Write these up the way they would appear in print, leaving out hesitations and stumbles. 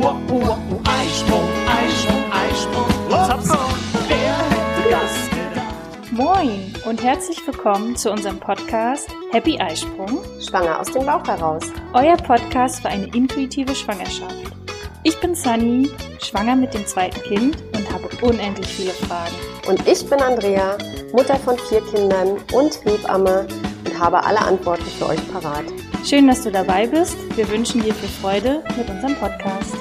Eisprung, Eisprung, Eisprung, Hopsprung, wer hätte das gedacht? Moin und herzlich willkommen zu unserem Podcast Happy Eisprung, Schwanger aus dem Bauch heraus. Euer Podcast für eine intuitive Schwangerschaft. Ich bin Sunny, schwanger mit dem zweiten Kind und habe unendlich viele Fragen. Und ich bin Andrea, Mutter von 4 Kindern und Hebamme und habe alle Antworten für euch parat. Schön, dass du dabei bist. Wir wünschen dir viel Freude mit unserem Podcast.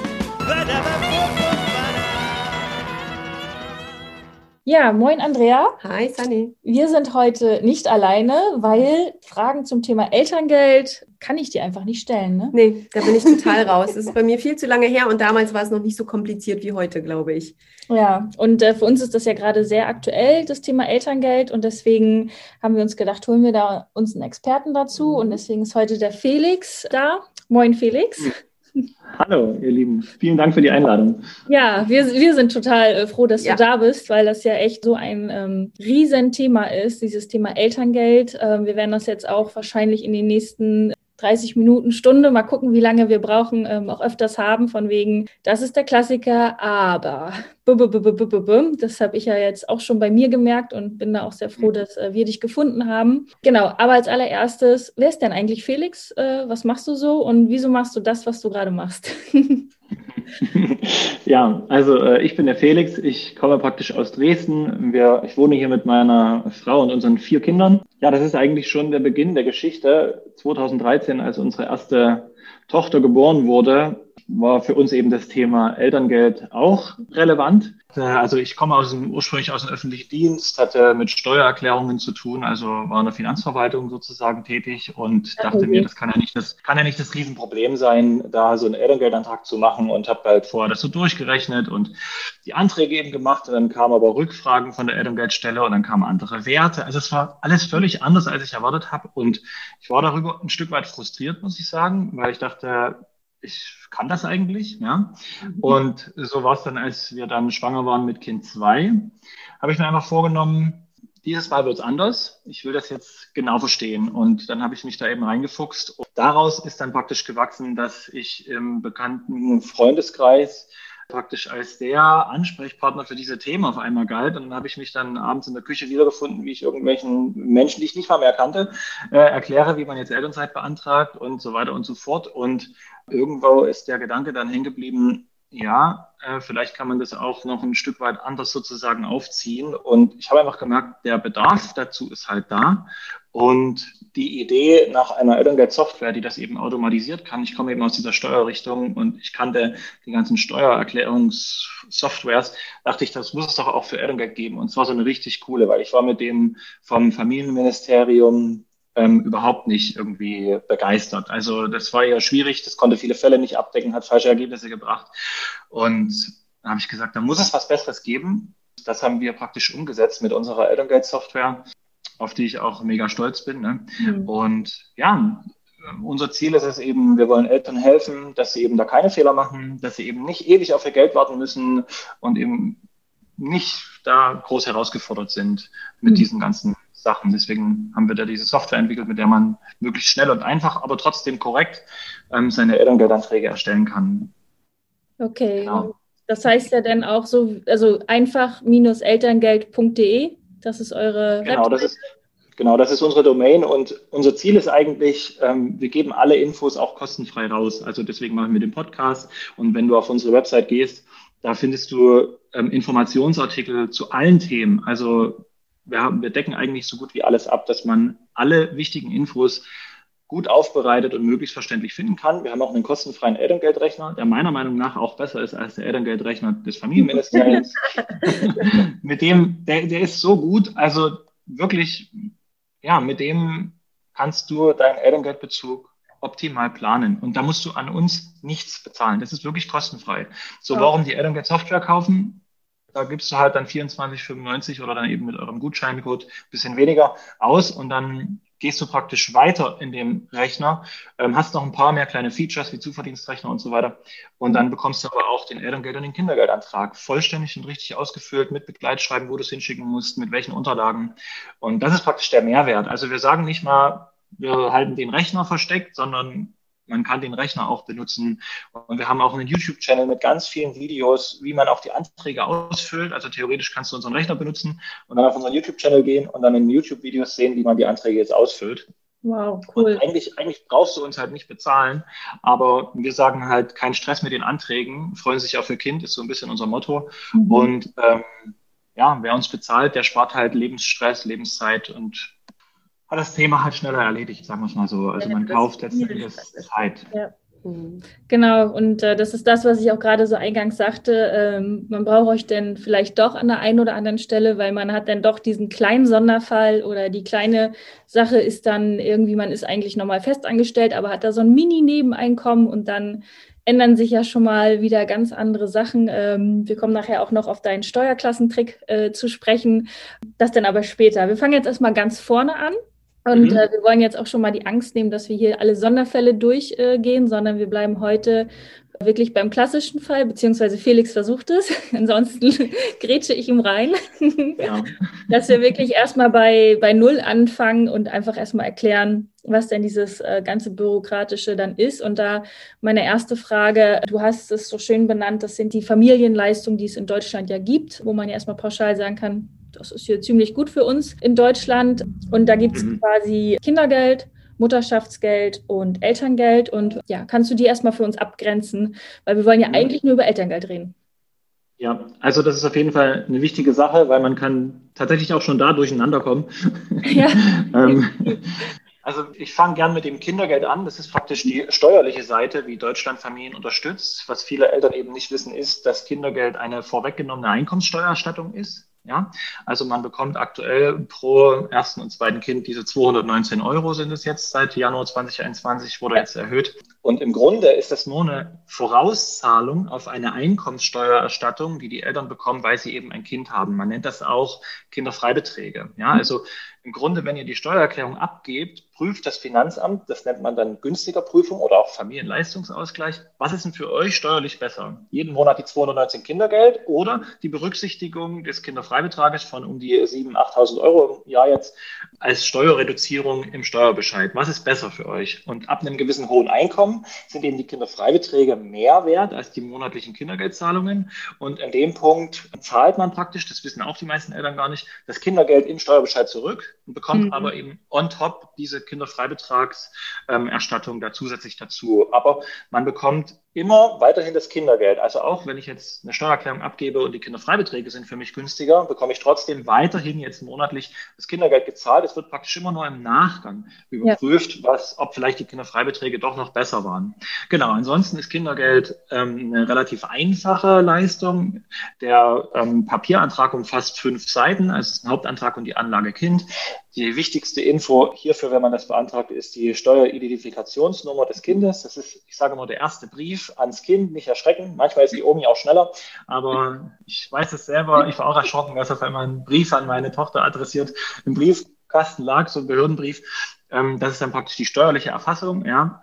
Ja, moin Andrea. Hi Sunny. Wir sind heute nicht alleine, weil Fragen zum Thema Elterngeld kann ich dir einfach nicht stellen, ne? Nee, da bin ich total raus. Das ist bei mir viel zu lange her und damals war es noch nicht so kompliziert wie heute, glaube ich. Ja, und für uns ist das ja gerade sehr aktuell, das Thema Elterngeld. Und deswegen haben wir uns gedacht, holen wir da uns einen Experten dazu. Und deswegen ist heute der Felix da. Moin Felix. Hallo, ihr Lieben. Vielen Dank für die Einladung. Ja, wir sind total froh, dass du da bist, weil das ja echt so ein Riesenthema ist, dieses Thema Elterngeld. Wir werden das jetzt auch wahrscheinlich in den nächsten 30 Minuten, Stunde, mal gucken, wie lange wir brauchen, auch öfters haben, von wegen, das ist der Klassiker, aber das habe ich ja jetzt auch schon bei mir gemerkt und bin da auch sehr froh, dass wir dich gefunden haben. Genau, aber als allererstes, wer ist denn eigentlich Felix? Was machst du so und wieso machst du das, was du gerade machst? Ja, also ich bin der Felix, ich komme praktisch aus Dresden. Ich wohne hier mit meiner Frau und unseren 4 Kindern. Ja, das ist eigentlich schon der Beginn der Geschichte. 2013, als unsere erste Tochter geboren wurde, war für uns eben das Thema Elterngeld auch relevant. Also ich komme ursprünglich aus dem öffentlichen Dienst, hatte mit Steuererklärungen zu tun, also war in der Finanzverwaltung sozusagen tätig und dachte mir, das kann ja nicht das Riesenproblem sein, da so einen Elterngeldantrag zu machen und habe halt vorher das so durchgerechnet und die Anträge eben gemacht und dann kamen aber Rückfragen von der Elterngeldstelle und dann kamen andere Werte. Also es war alles völlig anders, als ich erwartet habe und ich war darüber ein Stück weit frustriert, muss ich sagen, weil ich dachte, ich kann das eigentlich, ja. Und so war es dann, als wir dann schwanger waren mit Kind 2, habe ich mir einfach vorgenommen, dieses Mal wird es anders. Ich will das jetzt genau verstehen. Und dann habe ich mich da eben reingefuchst. Und daraus ist dann praktisch gewachsen, dass ich im bekannten Freundeskreis praktisch als der Ansprechpartner für diese Themen auf einmal galt. Und dann habe ich mich dann abends in der Küche wiedergefunden, wie ich irgendwelchen Menschen, die ich nicht mal mehr kannte, erkläre, wie man jetzt Elternzeit beantragt und so weiter und so fort. Und irgendwo ist der Gedanke dann hängen geblieben, ja, vielleicht kann man das auch noch ein Stück weit anders sozusagen aufziehen. Und ich habe einfach gemerkt, der Bedarf dazu ist halt da. Und die Idee nach einer Elterngeld-Software, die das eben automatisiert kann, ich komme eben aus dieser Steuerrichtung und ich kannte die ganzen Steuererklärungssoftwares, dachte ich, das muss es doch auch für Elterngeld geben. Und zwar so eine richtig coole, weil ich war mit dem vom Familienministerium überhaupt nicht irgendwie begeistert. Also das war eher schwierig, das konnte viele Fälle nicht abdecken, hat falsche Ergebnisse gebracht. Und da habe ich gesagt, da muss es was Besseres geben. Das haben wir praktisch umgesetzt mit unserer Elterngeld-Software, auf die ich auch mega stolz bin. Ne? Und ja, unser Ziel ist es eben, wir wollen Eltern helfen, dass sie eben da keine Fehler machen, dass sie eben nicht ewig auf ihr Geld warten müssen und eben nicht da groß herausgefordert sind mit diesen ganzen Sachen. Deswegen haben wir da diese Software entwickelt, mit der man möglichst schnell und einfach, aber trotzdem korrekt seine Elterngeldanträge erstellen kann. Okay, genau. Das heißt ja dann auch so, also einfach-elterngeld.de, das ist eure Website? Das ist unsere Domain und unser Ziel ist eigentlich, wir geben alle Infos auch kostenfrei raus. Also deswegen machen wir den Podcast und wenn du auf unsere Website gehst, da findest du Informationsartikel zu allen Themen. Also wir decken eigentlich so gut wie alles ab, dass man alle wichtigen Infos gut aufbereitet und möglichst verständlich finden kann. Wir haben auch einen kostenfreien Elterngeldrechner, der meiner Meinung nach auch besser ist als der Elterngeldrechner des Familienministeriums. Der ist so gut, also wirklich, ja, mit dem kannst du deinen Elterngeldbezug optimal planen. Und da musst du an uns nichts bezahlen. Das ist wirklich kostenfrei. So, warum die Elterngeld-Software kaufen? Da gibst du halt dann 24,95 oder dann eben mit eurem Gutscheincode ein bisschen weniger aus und dann gehst du praktisch weiter in dem Rechner, hast noch ein paar mehr kleine Features wie Zuverdienstrechner und so weiter und dann bekommst du aber auch den Elterngeld- und den Kindergeldantrag vollständig und richtig ausgefüllt mit Begleitschreiben, wo du es hinschicken musst, mit welchen Unterlagen und das ist praktisch der Mehrwert. Also wir sagen nicht mal, wir halten den Rechner versteckt, sondern Man kann den Rechner auch benutzen. Und wir haben auch einen YouTube-Channel mit ganz vielen Videos, wie man auch die Anträge ausfüllt. Also theoretisch kannst du unseren Rechner benutzen und dann auf unseren YouTube-Channel gehen und dann in YouTube-Videos sehen, wie man die Anträge jetzt ausfüllt. Wow, cool. Und eigentlich brauchst du uns halt nicht bezahlen, aber wir sagen halt, kein Stress mit den Anträgen, freuen sich auf ihr Kind, ist so ein bisschen unser Motto. Und wer uns bezahlt, der spart halt Lebensstress, Lebenszeit und hat das Thema halt schneller erledigt, sagen wir es mal so. Also man kauft letztendlich Zeit. Ja. Genau, und das ist das, was ich auch gerade so eingangs sagte. Man braucht euch denn vielleicht doch an der einen oder anderen Stelle, weil man hat dann doch diesen kleinen Sonderfall oder die kleine Sache ist dann irgendwie, man ist eigentlich normal festangestellt, aber hat da so ein Mini-Nebeneinkommen und dann ändern sich ja schon mal wieder ganz andere Sachen. Wir kommen nachher auch noch auf deinen Steuerklassentrick zu sprechen, das dann aber später. Wir fangen jetzt erstmal ganz vorne an. Und wir wollen jetzt auch schon mal die Angst nehmen, dass wir hier alle Sonderfälle durchgehen, sondern wir bleiben heute wirklich beim klassischen Fall, beziehungsweise Felix versucht es, ansonsten grätsche ich ihm rein, dass wir wirklich erstmal bei Null anfangen und einfach erstmal erklären, was denn dieses ganze Bürokratische dann ist. Und da meine erste Frage, du hast es so schön benannt, das sind die Familienleistungen, die es in Deutschland ja gibt, wo man ja erstmal pauschal sagen kann, das ist hier ziemlich gut für uns in Deutschland. Und da gibt es quasi Kindergeld, Mutterschaftsgeld und Elterngeld. Und ja, kannst du die erstmal für uns abgrenzen? Weil wir wollen ja eigentlich nur über Elterngeld reden. Ja, also das ist auf jeden Fall eine wichtige Sache, weil man kann tatsächlich auch schon da durcheinander kommen. Ja. Also ich fange gern mit dem Kindergeld an. Das ist praktisch die steuerliche Seite, wie Deutschland Familien unterstützt. Was viele Eltern eben nicht wissen, ist, dass Kindergeld eine vorweggenommene Einkommenssteuererstattung ist. Ja, also man bekommt aktuell pro ersten und zweiten Kind diese 219 € sind es jetzt seit Januar 2021, wurde jetzt erhöht. Und im Grunde ist das nur eine Vorauszahlung auf eine Einkommenssteuererstattung, die die Eltern bekommen, weil sie eben ein Kind haben. Man nennt das auch Kinderfreibeträge. Ja, also im Grunde, wenn ihr die Steuererklärung abgebt, prüft das Finanzamt, das nennt man dann günstiger Prüfung oder auch Familienleistungsausgleich. Was ist denn für euch steuerlich besser? Jeden Monat die 219 Kindergeld oder die Berücksichtigung des Kinderfreibetrages von um die 7.000, 8.000 € im Jahr jetzt als Steuerreduzierung im Steuerbescheid? Was ist besser für euch? Und ab einem gewissen hohen Einkommen sind eben die Kinderfreibeträge mehr wert als die monatlichen Kindergeldzahlungen. Und in dem Punkt zahlt man praktisch, das wissen auch die meisten Eltern gar nicht, das Kindergeld im Steuerbescheid zurück und bekommt aber eben on top diese Kinderfreibetragserstattung da zusätzlich dazu. Aber man bekommt immer weiterhin das Kindergeld. Also auch wenn ich jetzt eine Steuererklärung abgebe und die Kinderfreibeträge sind für mich günstiger, bekomme ich trotzdem weiterhin jetzt monatlich das Kindergeld gezahlt. Es wird praktisch immer nur im Nachgang überprüft, ob vielleicht die Kinderfreibeträge doch noch besser waren. Genau, ansonsten ist Kindergeld eine relativ einfache Leistung. Der Papierantrag umfasst 5 Seiten, also es ist ein Hauptantrag und die Anlage Kind. Die wichtigste Info hierfür, wenn man das beantragt, ist die Steueridentifikationsnummer des Kindes. Das ist, ich sage mal, der erste Brief ans Kind. Nicht erschrecken. Manchmal ist die Omi auch schneller. Aber ich weiß es selber. Ich war auch erschrocken, als auf einmal ein Brief an meine Tochter adressiert im Briefkasten lag, so ein Behördenbrief. Das ist dann praktisch die steuerliche Erfassung. Ja,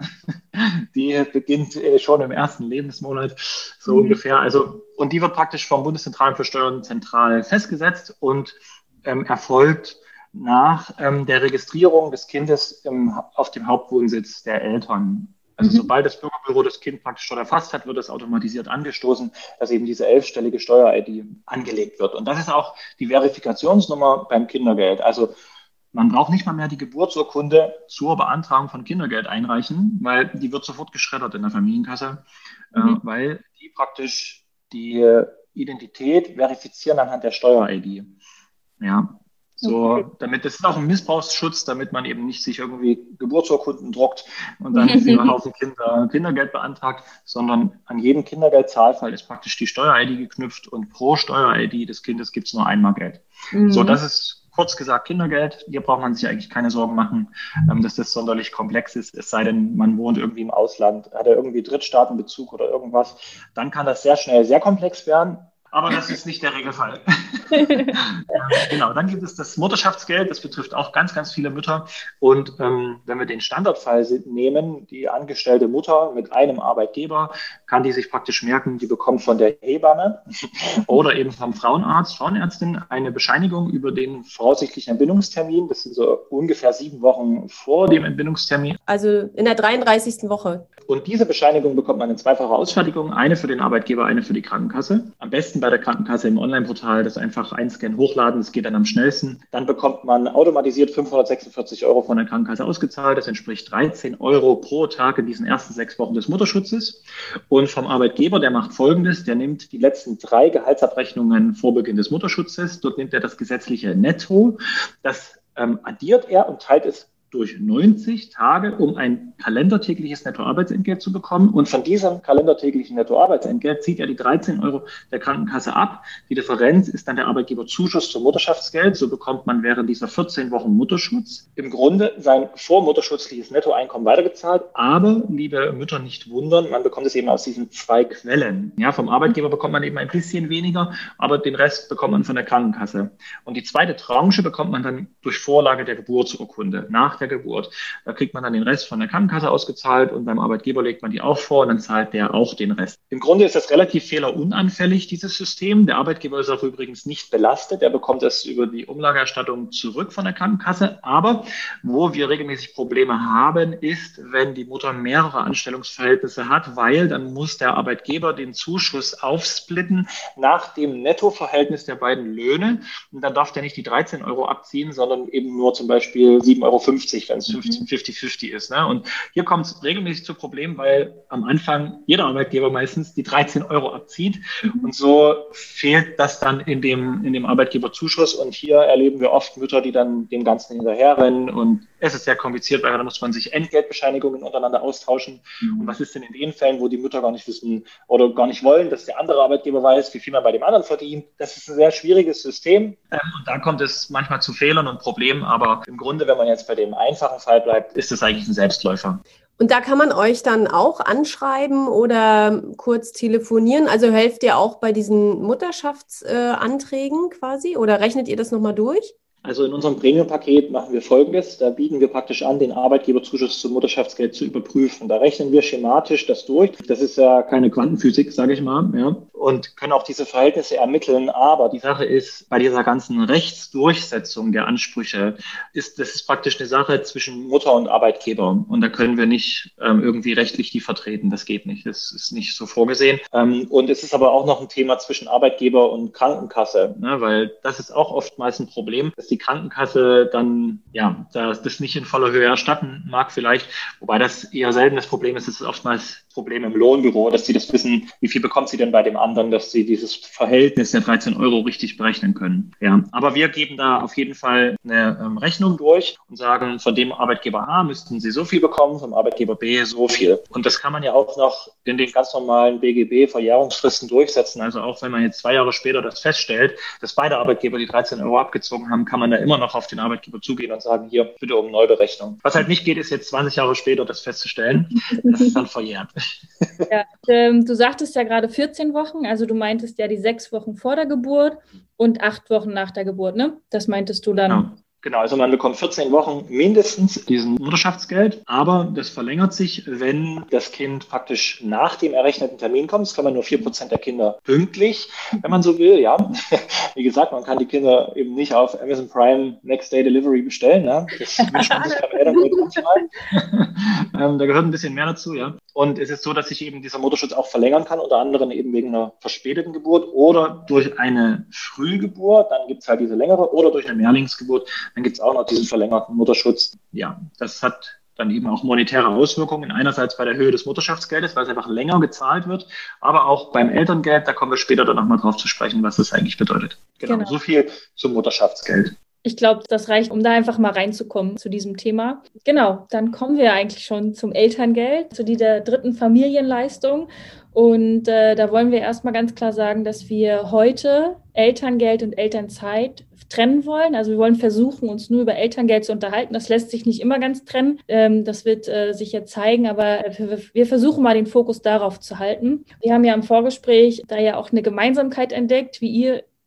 die beginnt schon im ersten Lebensmonat, so ungefähr. Also, und die wird praktisch vom Bundeszentralamt für Steuern zentral festgesetzt und erfolgt nach der Registrierung des Kindes auf dem Hauptwohnsitz der Eltern. Also sobald das Bürgerbüro das Kind praktisch schon erfasst hat, wird es automatisiert angestoßen, dass eben diese 11-stellige Steuer-ID angelegt wird. Und das ist auch die Verifikationsnummer beim Kindergeld. Also man braucht nicht mal mehr die Geburtsurkunde zur Beantragung von Kindergeld einreichen, weil die wird sofort geschreddert in der Familienkasse, weil die praktisch die Identität verifizieren anhand der Steuer-ID. Ja. So, damit, das ist auch ein Missbrauchsschutz, damit man eben nicht sich irgendwie Geburtsurkunden druckt und dann für einen Haufen Kinder Kindergeld beantragt, sondern an jedem Kindergeldzahlfall ist praktisch die Steuer-ID geknüpft und pro Steuer-ID des Kindes gibt es nur einmal Geld. So, das ist kurz gesagt Kindergeld. Hier braucht man sich eigentlich keine Sorgen machen, dass das sonderlich komplex ist, es sei denn, man wohnt irgendwie im Ausland, hat er irgendwie Drittstaatenbezug oder irgendwas, dann kann das sehr schnell sehr komplex werden, aber das ist nicht der Regelfall. Genau, dann gibt es das Mutterschaftsgeld, das betrifft auch ganz, ganz viele Mütter. Und wenn wir den Standardfall nehmen, die angestellte Mutter mit einem Arbeitgeber, kann die sich praktisch merken, die bekommt von der Hebamme oder eben vom Frauenarzt, Frauenärztin eine Bescheinigung über den voraussichtlichen Entbindungstermin. Das sind so ungefähr 7 Wochen vor dem Entbindungstermin. Also in der 33. Woche. Und diese Bescheinigung bekommt man in zweifacher Ausfertigung, eine für den Arbeitgeber, eine für die Krankenkasse. Am besten bei der Krankenkasse im Online-Portal das einfach einscannen, hochladen, das geht dann am schnellsten. Dann bekommt man automatisiert 546 € von der Krankenkasse ausgezahlt. Das entspricht 13 € pro Tag in diesen ersten 6 Wochen des Mutterschutzes. Und vom Arbeitgeber, der macht Folgendes, der nimmt die letzten 3 Gehaltsabrechnungen vor Beginn des Mutterschutzes. Dort nimmt er das gesetzliche Netto, das addiert er und teilt es durch 90 Tage, um ein kalendertägliches Nettoarbeitsentgelt zu bekommen. Und von diesem kalendertäglichen Nettoarbeitsentgelt zieht er die 13 € der Krankenkasse ab. Die Differenz ist dann der Arbeitgeberzuschuss zum Mutterschaftsgeld. So bekommt man während dieser 14 Wochen Mutterschutz im Grunde sein vormutterschutzliches Nettoeinkommen weitergezahlt. Aber, liebe Mütter, nicht wundern, man bekommt es eben aus diesen 2 Quellen. Ja, vom Arbeitgeber bekommt man eben ein bisschen weniger, aber den Rest bekommt man von der Krankenkasse. Und die zweite Tranche bekommt man dann durch Vorlage der Geburtsurkunde nach der Geburt. Da kriegt man dann den Rest von der Krankenkasse ausgezahlt und beim Arbeitgeber legt man die auch vor und dann zahlt der auch den Rest. Im Grunde ist das relativ fehlerunanfällig, dieses System. Der Arbeitgeber ist auch übrigens nicht belastet. Er bekommt es über die Umlageerstattung zurück von der Krankenkasse. Aber wo wir regelmäßig Probleme haben, ist, wenn die Mutter mehrere Anstellungsverhältnisse hat, weil dann muss der Arbeitgeber den Zuschuss aufsplitten nach dem Nettoverhältnis der beiden Löhne. Und dann darf der nicht die 13 € abziehen, sondern eben nur zum Beispiel 7,50 €, wenn es 50-50 ist. Ne? Und hier kommt es regelmäßig zu Problemen, weil am Anfang jeder Arbeitgeber meistens die 13 € abzieht. Und so fehlt das dann in dem Arbeitgeberzuschuss. Und hier erleben wir oft Mütter, die dann dem Ganzen hinterherrennen. Und es ist sehr kompliziert, weil dann muss man sich Entgeltbescheinigungen untereinander austauschen. Und was ist denn in den Fällen, wo die Mütter gar nicht wissen oder gar nicht wollen, dass der andere Arbeitgeber weiß, wie viel man bei dem anderen verdient? Das ist ein sehr schwieriges System. Und da kommt es manchmal zu Fehlern und Problemen. Aber im Grunde, wenn man jetzt bei dem einfachen Fall bleibt, ist es eigentlich ein Selbstläufer. Und da kann man euch dann auch anschreiben oder kurz telefonieren? Also helft ihr auch bei diesen Mutterschaftsanträgen quasi oder rechnet ihr das nochmal durch? Also in unserem Premium-Paket machen wir Folgendes. Da bieten wir praktisch an, den Arbeitgeberzuschuss zum Mutterschaftsgeld zu überprüfen. Da rechnen wir schematisch das durch. Das ist ja keine Quantenphysik, sage ich mal, ja, und können auch diese Verhältnisse ermitteln. Aber die Sache ist, bei dieser ganzen Rechtsdurchsetzung der Ansprüche das ist praktisch eine Sache zwischen Mutter und Arbeitgeber. Und da können wir nicht irgendwie rechtlich die vertreten. Das geht nicht. Das ist nicht so vorgesehen. Und es ist aber auch noch ein Thema zwischen Arbeitgeber und Krankenkasse, ne, weil das ist auch oftmals ein Problem, dass die Krankenkasse dann das nicht in voller Höhe erstatten mag vielleicht, wobei das eher selten das Problem ist. Es ist oftmals Problem im Lohnbüro, dass sie das wissen, wie viel bekommt sie denn bei dem anderen, dass sie dieses Verhältnis der 13 € richtig berechnen können. Ja, aber wir geben da auf jeden Fall eine Rechnung durch und sagen, von dem Arbeitgeber A müssten sie so viel bekommen, vom Arbeitgeber B so viel. Und das kann man ja auch noch in den ganz normalen BGB-Verjährungsfristen durchsetzen. Also auch wenn man jetzt 2 Jahre später das feststellt, dass beide Arbeitgeber die 13 € abgezogen haben, kann man da immer noch auf den Arbeitgeber zugehen und sagen, hier, bitte um Neuberechnung. Was halt nicht geht, ist jetzt 20 Jahre später das festzustellen. Das ist dann verjährt. Ja, du sagtest ja gerade 14 Wochen, also du meintest ja die 6 Wochen vor der Geburt und 8 Wochen nach der Geburt, ne? Das meintest du dann. Genau, also man bekommt 14 Wochen mindestens diesen Mutterschaftsgeld, aber das verlängert sich, wenn das Kind praktisch nach dem errechneten Termin kommt. Das kann man nur 4% der Kinder pünktlich, wenn man so will, ja. Wie gesagt, man kann die Kinder eben nicht auf Amazon Prime Next Day Delivery bestellen, ne? Das wünscht man sich beim Elterngeld manchmal. Da gehört ein bisschen mehr dazu, ja. Und es ist so, dass sich eben dieser Mutterschutz auch verlängern kann, unter anderem eben wegen einer verspäteten Geburt oder durch eine Frühgeburt, dann gibt es halt diese längere, oder durch eine Mehrlingsgeburt, dann gibt es auch noch diesen verlängerten Mutterschutz. Ja, das hat dann eben auch monetäre Auswirkungen. Einerseits bei der Höhe des Mutterschaftsgeldes, weil es einfach länger gezahlt wird, aber auch beim Elterngeld, da kommen wir später dann nochmal drauf zu sprechen, was das eigentlich bedeutet. Genau. So viel zum Mutterschaftsgeld. Ich glaube, das reicht, um da einfach mal reinzukommen zu diesem Thema. Genau, dann kommen wir eigentlich schon zum Elterngeld, zu dieser dritten Familienleistung. Und da wollen wir erstmal ganz klar sagen, dass wir heute Elterngeld und Elternzeit trennen wollen. Also wir wollen versuchen, uns nur über Elterngeld zu unterhalten. Das lässt sich nicht immer ganz trennen. Das wird sich jetzt zeigen, aber wir versuchen mal den Fokus darauf zu halten. Wir haben ja im Vorgespräch da ja auch eine Gemeinsamkeit entdeckt, wie ihr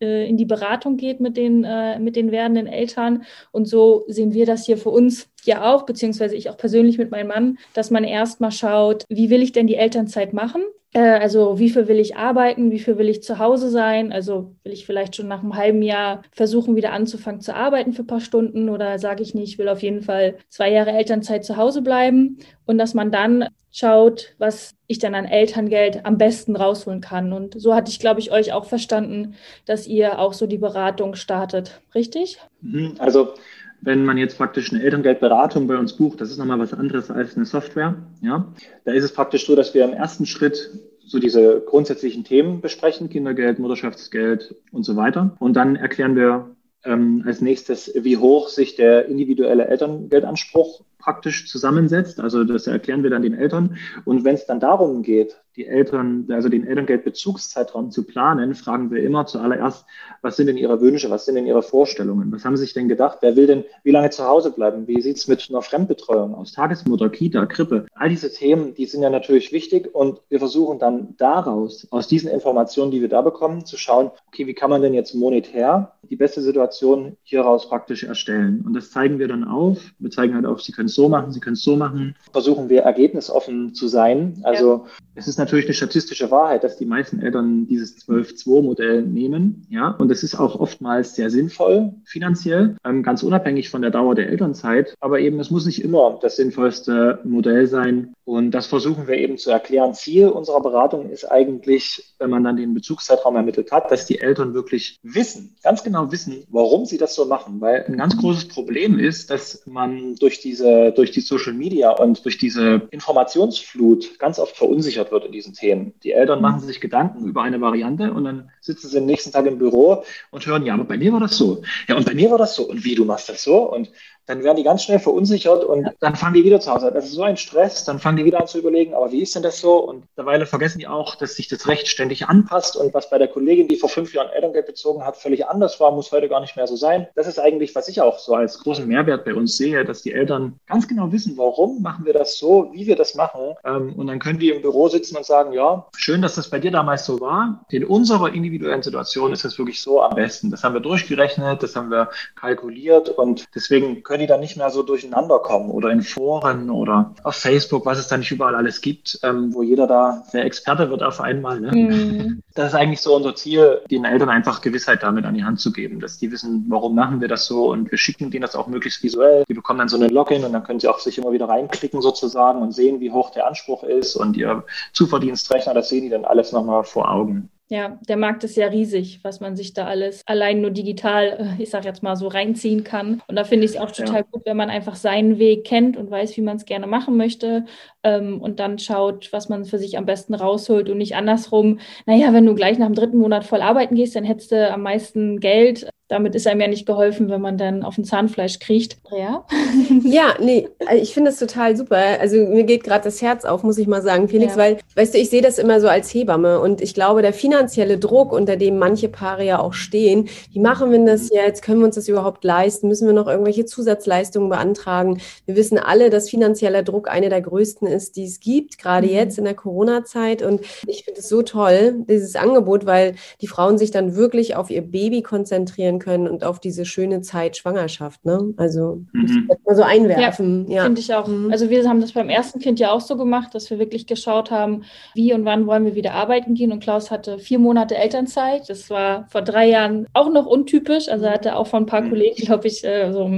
in die Beratung geht mit den werdenden Eltern. Und so sehen wir das hier für uns ja auch, beziehungsweise ich auch persönlich mit meinem Mann, dass man erstmal schaut, wie will ich denn die Elternzeit machen? Also wie viel will ich arbeiten, wie viel will ich zu Hause sein? Also will ich vielleicht schon nach einem halben Jahr versuchen, wieder anzufangen zu arbeiten für ein paar Stunden, oder sage ich nicht, ich will auf jeden Fall 2 Jahre Elternzeit zu Hause bleiben, und dass man dann schaut, was ich dann an Elterngeld am besten rausholen kann. Und so hatte ich, glaube ich, euch auch verstanden, dass ihr auch so die Beratung startet. Richtig? Also wenn man jetzt praktisch eine Elterngeldberatung bei uns bucht, das ist nochmal was anderes als eine Software. Ja? Da ist es praktisch so, dass wir im ersten Schritt so diese grundsätzlichen Themen besprechen, Kindergeld, Mutterschaftsgeld und so weiter. Und dann erklären wir als nächstes, wie hoch sich der individuelle Elterngeldanspruch praktisch zusammensetzt. Also das erklären wir dann den Eltern. Und wenn es dann darum geht, die Eltern, also den Elterngeldbezugszeitraum zu planen, fragen wir immer zuallererst, was sind denn ihre Wünsche, was sind denn ihre Vorstellungen? Was haben sie sich denn gedacht? Wer will denn wie lange zu Hause bleiben? Wie sieht es mit einer Fremdbetreuung aus? Tagesmutter, Kita, Krippe? All diese Themen, die sind ja natürlich wichtig, und wir versuchen dann daraus, aus diesen Informationen, die wir da bekommen, zu schauen, okay, wie kann man denn jetzt monetär die beste Situation hieraus praktisch erstellen? Und das zeigen wir dann auf. Wir zeigen halt auf, Sie können es so machen, Sie können es so machen. Versuchen wir ergebnisoffen zu sein. Also es ist natürlich eine statistische Wahrheit, dass die meisten Eltern dieses 12-2-Modell nehmen. Ja, und es ist auch oftmals sehr sinnvoll finanziell, ganz unabhängig von der Dauer der Elternzeit. Aber eben, es muss nicht immer das sinnvollste Modell sein. Und das versuchen wir eben zu erklären. Ziel unserer Beratung ist eigentlich, wenn man dann den Bezugszeitraum ermittelt hat, dass die Eltern wirklich wissen, ganz genau wissen, warum sie das so machen. Weil ein ganz großes Problem ist, dass man durch die Social Media und durch diese Informationsflut ganz oft verunsichert wird in diesen Themen. Die Eltern machen sich Gedanken über eine Variante, und dann sitzen sie am nächsten Tag im Büro und hören, ja, aber bei mir war das so. Ja, und bei mir war das so. Und wie, du machst das so? Und dann werden die ganz schnell verunsichert, und dann fangen die wieder zu Hause an. Das ist so ein Stress, dann fangen die wieder an zu überlegen, aber wie ist denn das so? Und derweil vergessen die auch, dass sich das Recht ständig anpasst, und was bei der Kollegin, die vor 5 Jahren Elterngeld bezogen hat, völlig anders war, muss heute gar nicht mehr so sein. Das ist eigentlich, was ich auch so als großen Mehrwert bei uns sehe, dass die Eltern ganz genau wissen, warum machen wir das so, wie wir das machen. Und dann können die im Büro sitzen und sagen, ja, schön, dass das bei dir damals so war. In unserer individuellen Situation ist es wirklich so am besten. Das haben wir durchgerechnet, das haben wir kalkuliert, und deswegen können die dann nicht mehr so durcheinander kommen, oder in Foren oder auf Facebook, was es da nicht überall alles gibt, wo jeder da der Experte wird auf einmal. Ne? Das ist eigentlich so unser Ziel, den Eltern einfach Gewissheit damit an die Hand zu geben, dass die wissen, warum machen wir das so, und wir schicken denen das auch möglichst visuell. Die bekommen dann so eine Login, und dann können sie auch sich immer wieder reinklicken sozusagen und sehen, wie hoch der Anspruch ist, und ihr Zuverdienstrechner, das sehen die dann alles nochmal vor Augen. Ja, der Markt ist ja riesig, was man sich da alles allein nur digital, ich sag jetzt mal so, reinziehen kann. Und da finde ich es auch total gut, wenn man einfach seinen Weg kennt und weiß, wie man es gerne machen möchte, und dann schaut, was man für sich am besten rausholt, und nicht andersrum. Naja, wenn du gleich nach dem 3. Monat voll arbeiten gehst, dann hättest du am meisten Geld. Damit ist einem ja nicht geholfen, wenn man dann auf ein Zahnfleisch kriecht. Ja, ja, nee, ich finde es total super. Also mir geht gerade das Herz auf, muss ich mal sagen, Felix, weil, weißt du, ich sehe das immer so als Hebamme, und ich glaube, der finanzielle Druck, unter dem manche Paare ja auch stehen, wie machen wir das jetzt? Können wir uns das überhaupt leisten? Müssen wir noch irgendwelche Zusatzleistungen beantragen? Wir wissen alle, dass finanzieller Druck eine der größten ist, die es gibt, gerade jetzt in der Corona-Zeit, und ich finde es so toll, dieses Angebot, weil die Frauen sich dann wirklich auf ihr Baby konzentrieren können und auf diese schöne Zeit Schwangerschaft, ne? Also muss ich das mal so einwerfen. Ja, finde ich auch. Also wir haben das beim ersten Kind ja auch so gemacht, dass wir wirklich geschaut haben, wie und wann wollen wir wieder arbeiten gehen, und Klaus hatte 4 Monate Elternzeit. Das war vor 3 Jahren auch noch untypisch, also hatte auch von ein paar Kollegen, glaube ich,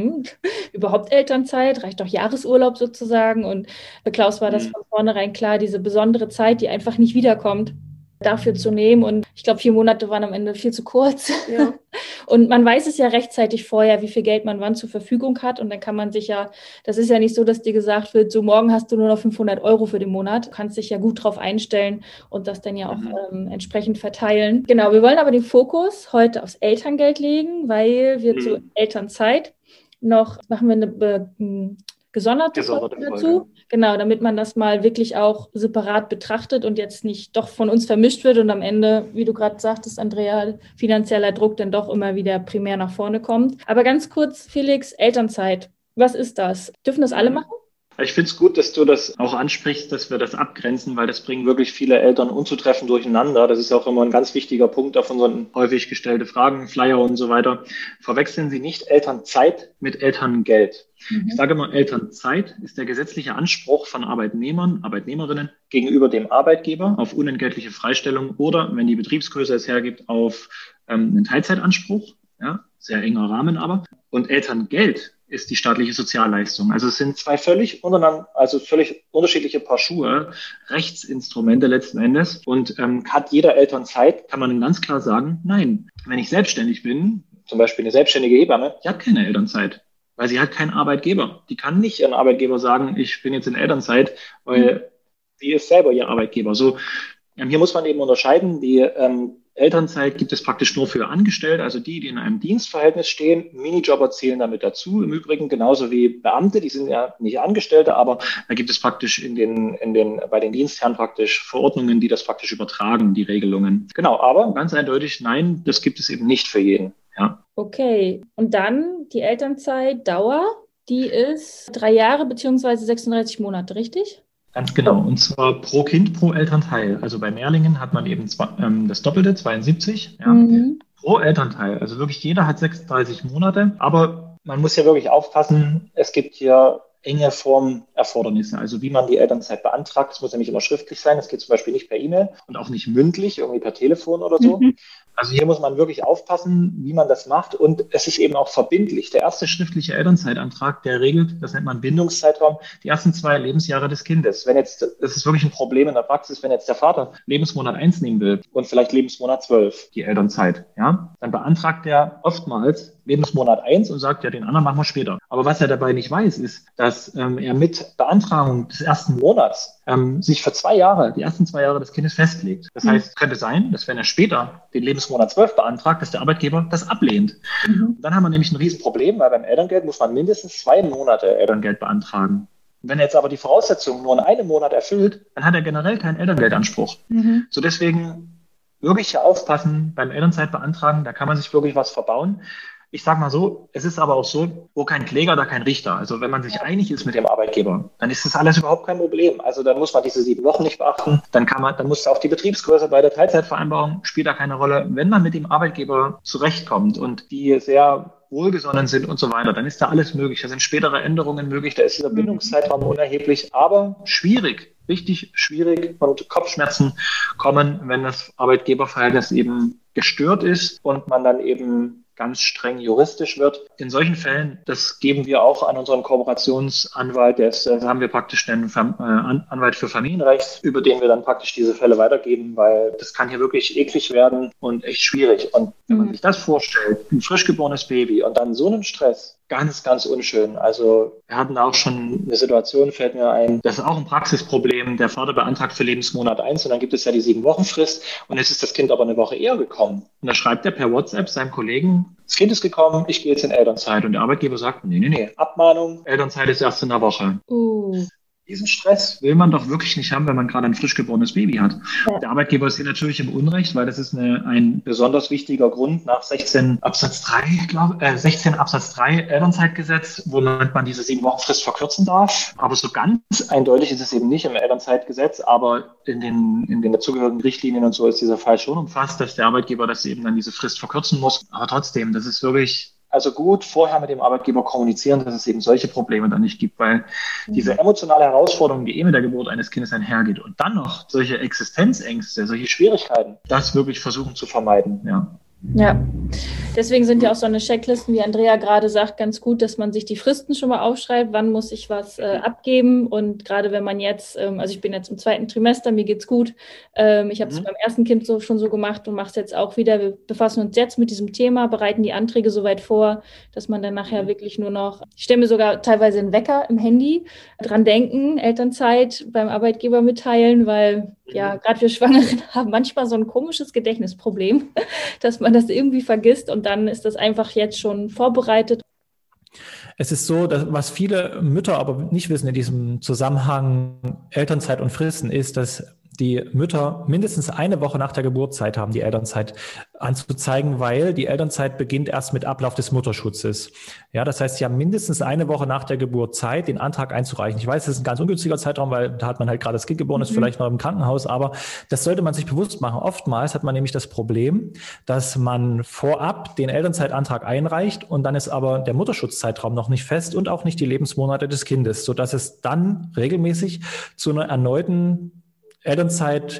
überhaupt Elternzeit, reicht doch Jahresurlaub sozusagen, und für Klaus war das von vornherein klar, diese besondere Zeit, die einfach nicht wiederkommt, dafür zu nehmen, und ich glaube, 4 Monate waren am Ende viel zu kurz. Ja. Und man weiß es ja rechtzeitig vorher, wie viel Geld man wann zur Verfügung hat, und dann kann man sich ja, das ist ja nicht so, dass dir gesagt wird, so morgen hast du nur noch 500 € für den Monat, du kannst dich ja gut drauf einstellen und das dann ja auch entsprechend verteilen. Genau, wir wollen aber den Fokus heute aufs Elterngeld legen, weil wir zur Elternzeit noch, machen wir eine gesonderte Folge dazu. Genau, damit man das mal wirklich auch separat betrachtet und jetzt nicht doch von uns vermischt wird und am Ende, wie du gerade sagtest, Andrea, finanzieller Druck dann doch immer wieder primär nach vorne kommt. Aber ganz kurz, Felix, Elternzeit, was ist das? Dürfen das alle machen? Ich finde es gut, dass du das auch ansprichst, dass wir das abgrenzen, weil das bringen wirklich viele Eltern unzutreffend durcheinander. Das ist auch immer ein ganz wichtiger Punkt auf unseren häufig gestellte Fragen, Flyer und so weiter. Verwechseln Sie nicht Elternzeit mit Elterngeld. Ich sage immer, Elternzeit ist der gesetzliche Anspruch von Arbeitnehmern, Arbeitnehmerinnen gegenüber dem Arbeitgeber auf unentgeltliche Freistellung oder, wenn die Betriebsgröße es hergibt, auf einen Teilzeitanspruch. Ja, sehr enger Rahmen aber. Und Elterngeld ist die staatliche Sozialleistung. Also es sind zwei völlig unterschiedliche Paar Schuhe, Rechtsinstrumente letzten Endes. Und hat jeder Elternzeit, kann man ganz klar sagen, nein. Wenn ich selbstständig bin, zum Beispiel eine selbstständige Hebamme, die hat keine Elternzeit, weil sie hat keinen Arbeitgeber. Die kann nicht ihren Arbeitgeber sagen, ich bin jetzt in Elternzeit, weil sie ist selber ihr Arbeitgeber. So, hier muss man eben unterscheiden, die Elternzeit gibt es praktisch nur für Angestellte, also die in einem Dienstverhältnis stehen. Minijobber zählen damit dazu. Im Übrigen genauso wie Beamte, die sind ja nicht Angestellte, aber da gibt es praktisch bei den Dienstherren praktisch Verordnungen, die das praktisch übertragen, die Regelungen. Genau, aber ganz eindeutig, nein, das gibt es eben nicht für jeden. Ja. Okay, und dann die Elternzeitdauer, die ist 3 Jahre bzw. 36 Monate, richtig? Ganz genau, und zwar pro Kind, pro Elternteil. Also bei Mehrlingen hat man eben das Doppelte, 72, ja, pro Elternteil. Also wirklich jeder hat 36 Monate, aber man muss ja wirklich aufpassen, es gibt hier enge Formerfordernisse, also wie man die Elternzeit beantragt. Es muss ja nicht immer schriftlich sein, es geht zum Beispiel nicht per E-Mail und auch nicht mündlich, irgendwie per Telefon oder so. Also hier muss man wirklich aufpassen, wie man das macht und es ist eben auch verbindlich. Der erste schriftliche Elternzeitantrag, der regelt, das nennt man Bindungszeitraum, die ersten 2 Lebensjahre des Kindes. Das ist wirklich ein Problem in der Praxis, wenn jetzt der Vater Lebensmonat 1 nehmen will und vielleicht Lebensmonat 12, die Elternzeit, ja, dann beantragt er oftmals Lebensmonat 1 und sagt, ja, den anderen machen wir später. Aber was er dabei nicht weiß, ist, dass er mit Beantragung des ersten Monats sich für 2 Jahre, die ersten 2 Jahre des Kindes festlegt. Das heißt, es könnte sein, dass wenn er später den Lebensmonat 12 beantragt, dass der Arbeitgeber das ablehnt. Und dann haben wir nämlich ein Riesenproblem, weil beim Elterngeld muss man mindestens 2 Monate Elterngeld beantragen. Wenn er jetzt aber die Voraussetzungen nur in einem Monat erfüllt, dann hat er generell keinen Elterngeldanspruch. So deswegen wirklich hier aufpassen beim Elternzeit beantragen, da kann man sich wirklich was verbauen. Ich sage mal so, es ist aber auch so, wo kein Kläger, da kein Richter. Also wenn man sich einig ist mit dem Arbeitgeber, dann ist das alles überhaupt kein Problem. Also dann muss man diese 7 Wochen nicht beachten. Dann muss auch die Betriebsgröße bei der Teilzeitvereinbarung spielt da keine Rolle. Wenn man mit dem Arbeitgeber zurechtkommt und die sehr wohlgesonnen sind und so weiter, dann ist da alles möglich. Da sind spätere Änderungen möglich. Da ist dieser Bindungszeitraum unerheblich, aber schwierig. Richtig schwierig und Kopfschmerzen kommen, wenn das Arbeitgeberverhältnis eben gestört ist und man dann eben ganz streng juristisch wird. In solchen Fällen, das geben wir auch an unseren Kooperationsanwalt, da haben wir praktisch einen Anwalt für Familienrecht, über den wir dann praktisch diese Fälle weitergeben, weil das kann hier wirklich eklig werden und echt schwierig. Und wenn man sich das vorstellt, ein frisch geborenes Baby und dann so einen Stress, ganz, ganz unschön. Also wir hatten auch schon eine Situation, fällt mir ein, das ist auch ein Praxisproblem. Der Vater beantragt für Lebensmonat 1 und dann gibt es ja die 7-Wochen-Frist und jetzt ist das Kind aber eine Woche eher gekommen. Und da schreibt er per WhatsApp seinem Kollegen, das Kind ist gekommen, ich gehe jetzt in Elternzeit. Und der Arbeitgeber sagt, nee, Abmahnung, Elternzeit ist erst in einer Woche. Diesen Stress will man doch wirklich nicht haben, wenn man gerade ein frisch geborenes Baby hat. Ja. Der Arbeitgeber ist hier natürlich im Unrecht, weil das ist ein besonders wichtiger Grund nach 16 Absatz 3 Elternzeitgesetz, womit man diese 7-Wochen-Frist verkürzen darf. Aber so ganz eindeutig ist es eben nicht im Elternzeitgesetz, aber in den dazugehörigen Richtlinien und so ist dieser Fall schon umfasst, dass der Arbeitgeber das eben dann diese Frist verkürzen muss. Aber trotzdem, das ist wirklich also gut vorher mit dem Arbeitgeber kommunizieren, dass es eben solche Probleme dann nicht gibt, weil diese emotionale Herausforderung, die mit der Geburt eines Kindes einhergeht und dann noch solche Existenzängste, solche Schwierigkeiten, das wirklich versuchen zu vermeiden, ja. Ja, deswegen sind ja auch so eine Checklisten, wie Andrea gerade sagt, ganz gut, dass man sich die Fristen schon mal aufschreibt, wann muss ich was abgeben und gerade wenn man jetzt, also ich bin jetzt im 2. Trimester, mir geht's gut, ich habe es beim ersten Kind schon so gemacht und mache es jetzt auch wieder, wir befassen uns jetzt mit diesem Thema, bereiten die Anträge soweit vor, dass man dann nachher wirklich nur noch, ich stelle mir sogar teilweise einen Wecker im Handy, dran denken, Elternzeit beim Arbeitgeber mitteilen, weil ja, gerade wir Schwangeren haben manchmal so ein komisches Gedächtnisproblem, dass man das irgendwie vergisst und dann ist das einfach jetzt schon vorbereitet. Es ist so, dass, was viele Mütter aber nicht wissen in diesem Zusammenhang Elternzeit und Fristen ist, dass die Mütter mindestens eine Woche nach der Geburtszeit haben die Elternzeit anzuzeigen, weil die Elternzeit beginnt erst mit Ablauf des Mutterschutzes. Ja, das heißt, Sie haben mindestens eine Woche nach der Geburt Zeit, den Antrag einzureichen. Ich weiß, das ist ein ganz ungünstiger Zeitraum, weil da hat man halt gerade das Kind geboren, ist vielleicht noch im Krankenhaus, aber das sollte man sich bewusst machen. Oftmals hat man nämlich das Problem, dass man vorab den Elternzeitantrag einreicht und dann ist aber der Mutterschutzzeitraum noch nicht fest und auch nicht die Lebensmonate des Kindes, sodass es dann regelmäßig zu einer erneuten Elternzeit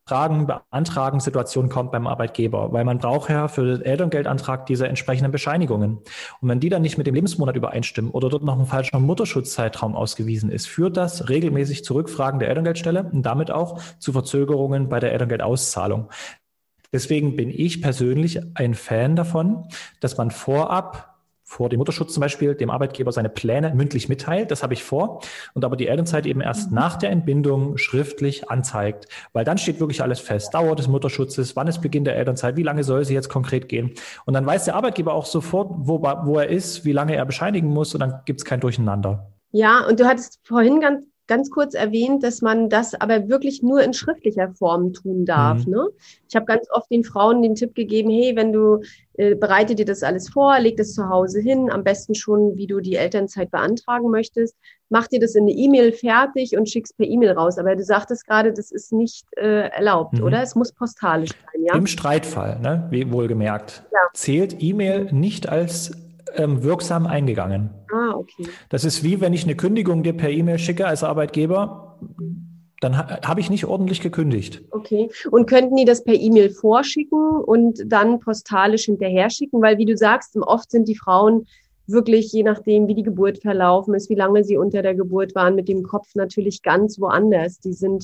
beantragen Situation kommt beim Arbeitgeber, weil man braucht ja für den Elterngeldantrag diese entsprechenden Bescheinigungen. Und wenn die dann nicht mit dem Lebensmonat übereinstimmen oder dort noch ein falscher Mutterschutzzeitraum ausgewiesen ist, führt das regelmäßig zu Rückfragen der Elterngeldstelle und damit auch zu Verzögerungen bei der Elterngeldauszahlung. Deswegen bin ich persönlich ein Fan davon, dass man vorab vor dem Mutterschutz zum Beispiel dem Arbeitgeber seine Pläne mündlich mitteilt, das habe ich vor, und aber die Elternzeit eben erst nach der Entbindung schriftlich anzeigt, weil dann steht wirklich alles fest, Dauer des Mutterschutzes, wann ist Beginn der Elternzeit, wie lange soll sie jetzt konkret gehen, und dann weiß der Arbeitgeber auch sofort, wo er ist, wie lange er bescheinigen muss, und dann gibt es kein Durcheinander. Ja, und du hattest vorhin ganz kurz erwähnt, dass man das aber wirklich nur in schriftlicher Form tun darf. Ne? Ich habe ganz oft den Frauen den Tipp gegeben, hey, wenn du bereite dir das alles vor, leg das zu Hause hin, am besten schon, wie du die Elternzeit beantragen möchtest, mach dir das in eine E-Mail fertig und schick's per E-Mail raus. Aber du sagtest gerade, das ist nicht erlaubt, oder? Es muss postalisch sein, ja? Im Streitfall, ne, wie wohlgemerkt, zählt E-Mail nicht als wirksam eingegangen. Ah, okay. Das ist wie, wenn ich eine Kündigung dir per E-Mail schicke als Arbeitgeber, dann habe ich nicht ordentlich gekündigt. Okay. Und könnten die das per E-Mail vorschicken und dann postalisch hinterher schicken? Weil, wie du sagst, oft sind die Frauen wirklich, je nachdem, wie die Geburt verlaufen ist, wie lange sie unter der Geburt waren, mit dem Kopf natürlich ganz woanders. Die sind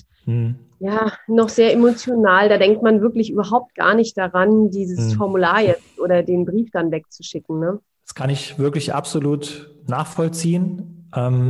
ja noch sehr emotional. Da denkt man wirklich überhaupt gar nicht daran, dieses Formular jetzt oder den Brief dann wegzuschicken, ne? Das kann ich wirklich absolut nachvollziehen.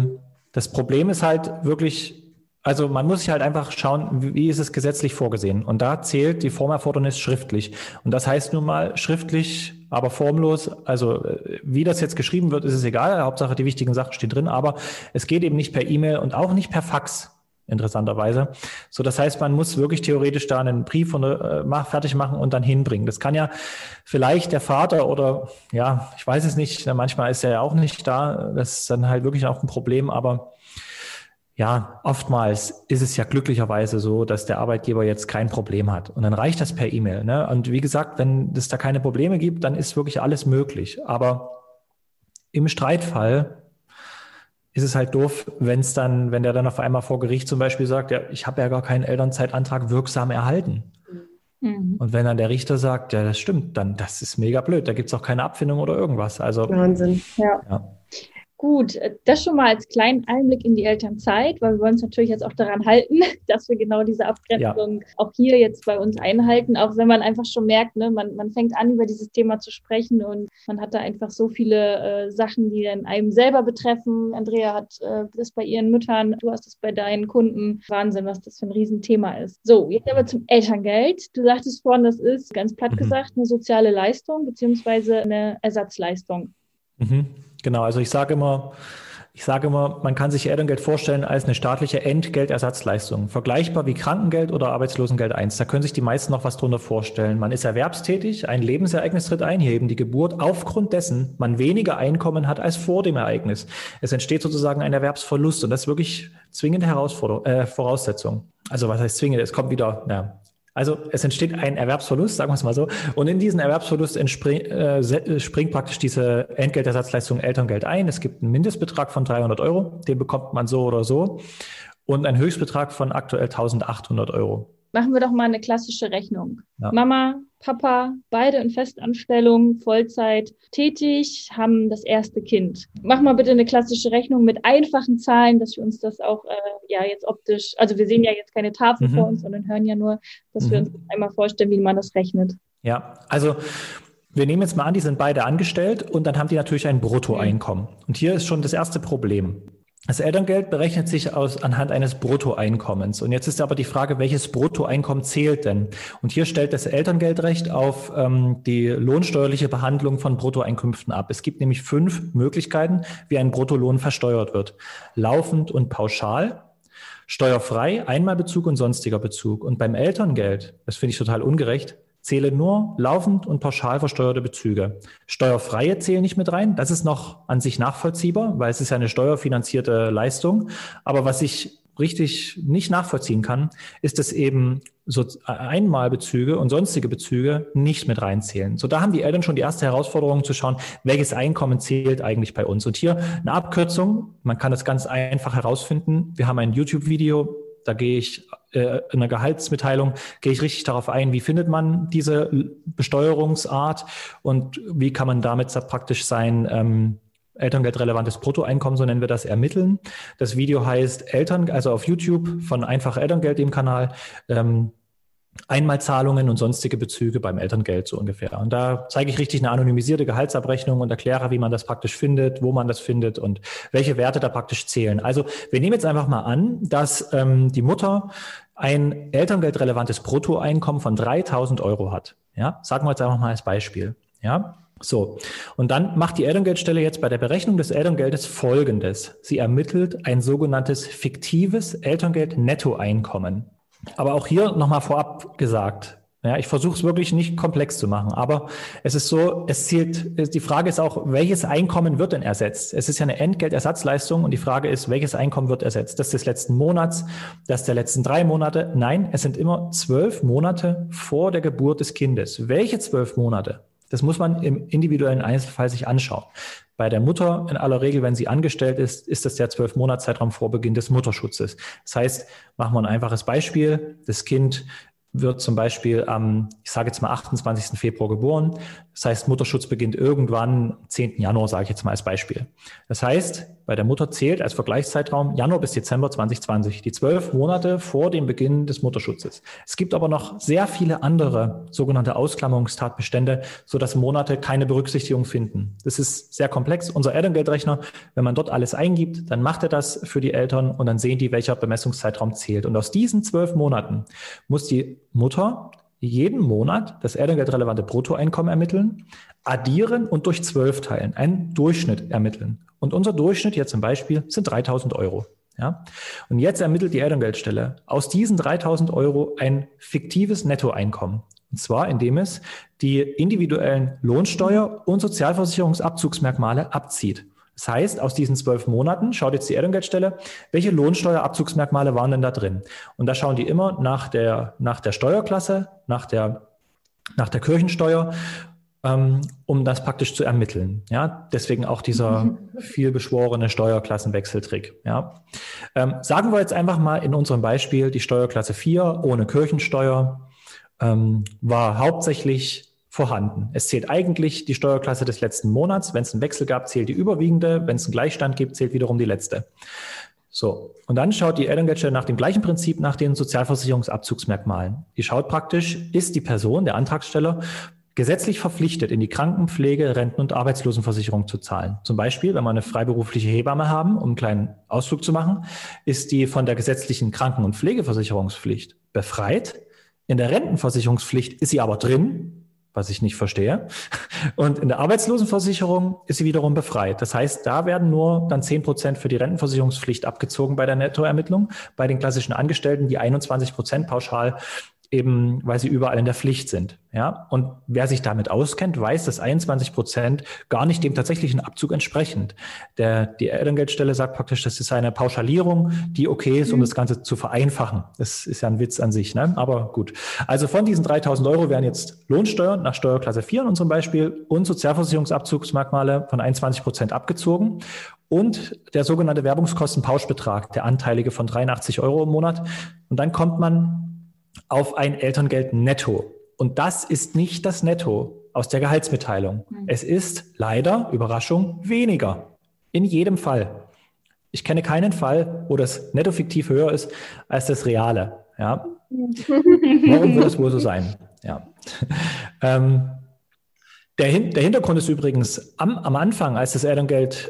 Das Problem ist halt wirklich, also man muss sich halt einfach schauen, wie ist es gesetzlich vorgesehen. Und da zählt die Formerfordernis schriftlich. Und das heißt nun mal schriftlich, aber formlos. Also wie das jetzt geschrieben wird, ist es egal. Hauptsache die wichtigen Sachen stehen drin. Aber es geht eben nicht per E-Mail und auch nicht per Fax, interessanterweise. So, das heißt, man muss wirklich theoretisch da einen Brief fertig machen und dann hinbringen. Das kann ja vielleicht der Vater oder, ja, ich weiß es nicht, manchmal ist er ja auch nicht da. Das ist dann halt wirklich auch ein Problem, aber ja, oftmals ist es ja glücklicherweise so, dass der Arbeitgeber jetzt kein Problem hat. Und dann reicht das per E-Mail, ne? Und wie gesagt, wenn es da keine Probleme gibt, dann ist wirklich alles möglich. Aber im Streitfall ist es halt doof, wenn der dann auf einmal vor Gericht zum Beispiel sagt, ja, ich habe ja gar keinen Elternzeitantrag wirksam erhalten. Und wenn dann der Richter sagt, ja, das stimmt, dann das ist mega blöd, da gibt es auch keine Abfindung oder irgendwas. Also Wahnsinn. Ja. Gut, das schon mal als kleinen Einblick in die Elternzeit, weil wir wollen uns natürlich jetzt auch daran halten, dass wir genau diese Abgrenzung auch hier jetzt bei uns einhalten, auch wenn man einfach schon merkt, ne, man fängt an, über dieses Thema zu sprechen und man hat da einfach so viele Sachen, die dann einem selber betreffen. Andrea hat das bei ihren Müttern, du hast es bei deinen Kunden. Wahnsinn, was das für ein Riesenthema ist. So, jetzt aber zum Elterngeld. Du sagtest vorhin, das ist ganz platt gesagt eine soziale Leistung beziehungsweise eine Ersatzleistung. Genau, also ich sage immer, man kann sich Elterngeld vorstellen als eine staatliche Entgeltersatzleistung, vergleichbar wie Krankengeld oder Arbeitslosengeld 1. Da können sich die meisten noch was drunter vorstellen. Man ist erwerbstätig, ein Lebensereignis tritt ein, hier eben die Geburt, aufgrund dessen man weniger Einkommen hat als vor dem Ereignis. Es entsteht sozusagen ein Erwerbsverlust und das ist wirklich zwingende Voraussetzung. Also was heißt zwingend? Es kommt wieder, ja. Also es entsteht ein Erwerbsverlust, sagen wir es mal so, und in diesen Erwerbsverlust springt praktisch diese Entgeltersatzleistung Elterngeld ein. Es gibt einen Mindestbetrag von 300 Euro, den bekommt man so oder so, und einen Höchstbetrag von aktuell 1.800 Euro. Machen wir doch mal eine klassische Rechnung. Ja. Mama, Papa, beide in Festanstellung, Vollzeit tätig, haben das erste Kind. Mach mal bitte eine klassische Rechnung mit einfachen Zahlen, dass wir uns das auch jetzt optisch, also wir sehen ja jetzt keine Tafel vor uns, sondern hören ja nur, dass wir uns einmal vorstellen, wie man das rechnet. Ja, also wir nehmen jetzt mal an, die sind beide angestellt und dann haben die natürlich ein Bruttoeinkommen. Und hier ist schon das erste Problem. Das Elterngeld berechnet sich anhand eines Bruttoeinkommens. Und jetzt ist aber die Frage, welches Bruttoeinkommen zählt denn? Und hier stellt das Elterngeldrecht auf die lohnsteuerliche Behandlung von Bruttoeinkünften ab. Es gibt nämlich 5 Möglichkeiten, wie ein Bruttolohn versteuert wird. Laufend und pauschal, steuerfrei, Einmalbezug und sonstiger Bezug. Und beim Elterngeld, das finde ich total ungerecht, zähle nur laufend und pauschal versteuerte Bezüge. Steuerfreie zählen nicht mit rein. Das ist noch an sich nachvollziehbar, weil es ist ja eine steuerfinanzierte Leistung. Aber was ich richtig nicht nachvollziehen kann, ist, dass eben so Einmalbezüge und sonstige Bezüge nicht mit reinzählen. So, da haben die Eltern schon die erste Herausforderung zu schauen, welches Einkommen zählt eigentlich bei uns. Und hier eine Abkürzung, man kann das ganz einfach herausfinden. Wir haben ein YouTube-Video, da gehe ich in einer Gehaltsmitteilung, gehe ich richtig darauf ein, wie findet man diese Besteuerungsart und wie kann man damit praktisch sein elterngeldrelevantes Bruttoeinkommen, so nennen wir das, ermitteln. Das Video heißt also auf YouTube von Einfach Elterngeld, dem Kanal, Einmalzahlungen und sonstige Bezüge beim Elterngeld so ungefähr. Und da zeige ich richtig eine anonymisierte Gehaltsabrechnung und erkläre, wie man das praktisch findet, wo man das findet und welche Werte da praktisch zählen. Also wir nehmen jetzt einfach mal an, dass die Mutter ein elterngeldrelevantes Bruttoeinkommen von 3.000 Euro hat. Ja, sagen wir jetzt einfach mal als Beispiel. Ja. So, und dann macht die Elterngeldstelle jetzt bei der Berechnung des Elterngeldes Folgendes. Sie ermittelt ein sogenanntes fiktives Elterngeld-Nettoeinkommen. Aber auch hier nochmal vorab gesagt, ja, ich versuche es wirklich nicht komplex zu machen, aber es ist so, die Frage ist auch, welches Einkommen wird denn ersetzt? Es ist ja eine Entgeltersatzleistung und die Frage ist, welches Einkommen wird ersetzt? Das des letzten Monats, das der letzten 3 Monate? Nein, es sind immer 12 Monate vor der Geburt des Kindes. Welche 12 Monate? Das muss man im individuellen Einzelfall sich anschauen. Bei der Mutter in aller Regel, wenn sie angestellt ist, ist das der 12-Monats-Zeitraum vor Beginn des Mutterschutzes. Das heißt, machen wir ein einfaches Beispiel. Das Kind wird zum Beispiel am, ich sage jetzt mal 28. Februar geboren. Das heißt, Mutterschutz beginnt irgendwann am 10. Januar, sage ich jetzt mal als Beispiel. Das heißt, bei der Mutter zählt als Vergleichszeitraum Januar bis Dezember 2020, die 12 Monate vor dem Beginn des Mutterschutzes. Es gibt aber noch sehr viele andere sogenannte Ausklammerungstatbestände, sodass Monate keine Berücksichtigung finden. Das ist sehr komplex. Unser Elterngeldrechner, wenn man dort alles eingibt, dann macht er das für die Eltern und dann sehen die, welcher Bemessungszeitraum zählt. Und aus diesen 12 Monaten muss die Mutter jeden Monat das elterngeldrelevante Bruttoeinkommen ermitteln, addieren und durch 12 teilen, einen Durchschnitt ermitteln. Und unser Durchschnitt hier zum Beispiel sind 3.000 Euro. Ja? Und jetzt ermittelt die Elterngeldstelle aus diesen 3.000 Euro ein fiktives Nettoeinkommen. Und zwar, indem es die individuellen Lohnsteuer- und Sozialversicherungsabzugsmerkmale abzieht. Das heißt, aus diesen 12 Monaten schaut jetzt die Elterngeldstelle, welche Lohnsteuerabzugsmerkmale waren denn da drin? Und da schauen die immer nach der Steuerklasse, nach der Kirchensteuer, um das praktisch zu ermitteln. Ja, deswegen auch dieser vielbeschworene Steuerklassenwechseltrick. Ja. Sagen wir jetzt einfach mal in unserem Beispiel, die Steuerklasse 4 ohne Kirchensteuer war hauptsächlich vorhanden. Es zählt eigentlich die Steuerklasse des letzten Monats. Wenn es einen Wechsel gab, zählt die überwiegende. Wenn es einen Gleichstand gibt, zählt wiederum die letzte. So, und dann schaut die Elterngeldstelle nach dem gleichen Prinzip nach den Sozialversicherungsabzugsmerkmalen. Die schaut praktisch, ist die Person, der Antragsteller, gesetzlich verpflichtet, in die Krankenpflege, Renten- und Arbeitslosenversicherung zu zahlen. Zum Beispiel, wenn wir eine freiberufliche Hebamme haben, um einen kleinen Ausflug zu machen, ist die von der gesetzlichen Kranken- und Pflegeversicherungspflicht befreit. In der Rentenversicherungspflicht ist sie aber drin, was ich nicht verstehe. Und in der Arbeitslosenversicherung ist sie wiederum befreit. Das heißt, da werden nur dann 10% für die Rentenversicherungspflicht abgezogen bei der Nettoermittlung. Bei den klassischen Angestellten die 21% pauschal, eben weil sie überall in der Pflicht sind. Ja? Und wer sich damit auskennt, weiß, dass 21% gar nicht dem tatsächlichen Abzug entsprechend. Die Elterngeldstelle sagt praktisch, das ist eine Pauschalierung, die okay ist, um das Ganze zu vereinfachen. Das ist ja ein Witz an sich, ne? Aber gut. Also von diesen 3.000 Euro werden jetzt Lohnsteuern nach Steuerklasse 4 in unserem Beispiel und Sozialversicherungsabzugsmerkmale von 21% abgezogen. Und der sogenannte Werbungskostenpauschbetrag, der anteilige von 83 Euro im Monat. Und dann kommt man auf ein Elterngeld netto. Und das ist nicht das Netto aus der Gehaltsmitteilung. Es ist leider, Überraschung, weniger. In jedem Fall. Ich kenne keinen Fall, wo das Netto fiktiv höher ist als das Reale. Ja? Warum wird es wohl so sein? Ja. Der Hintergrund ist übrigens am Anfang, als das Elterngeld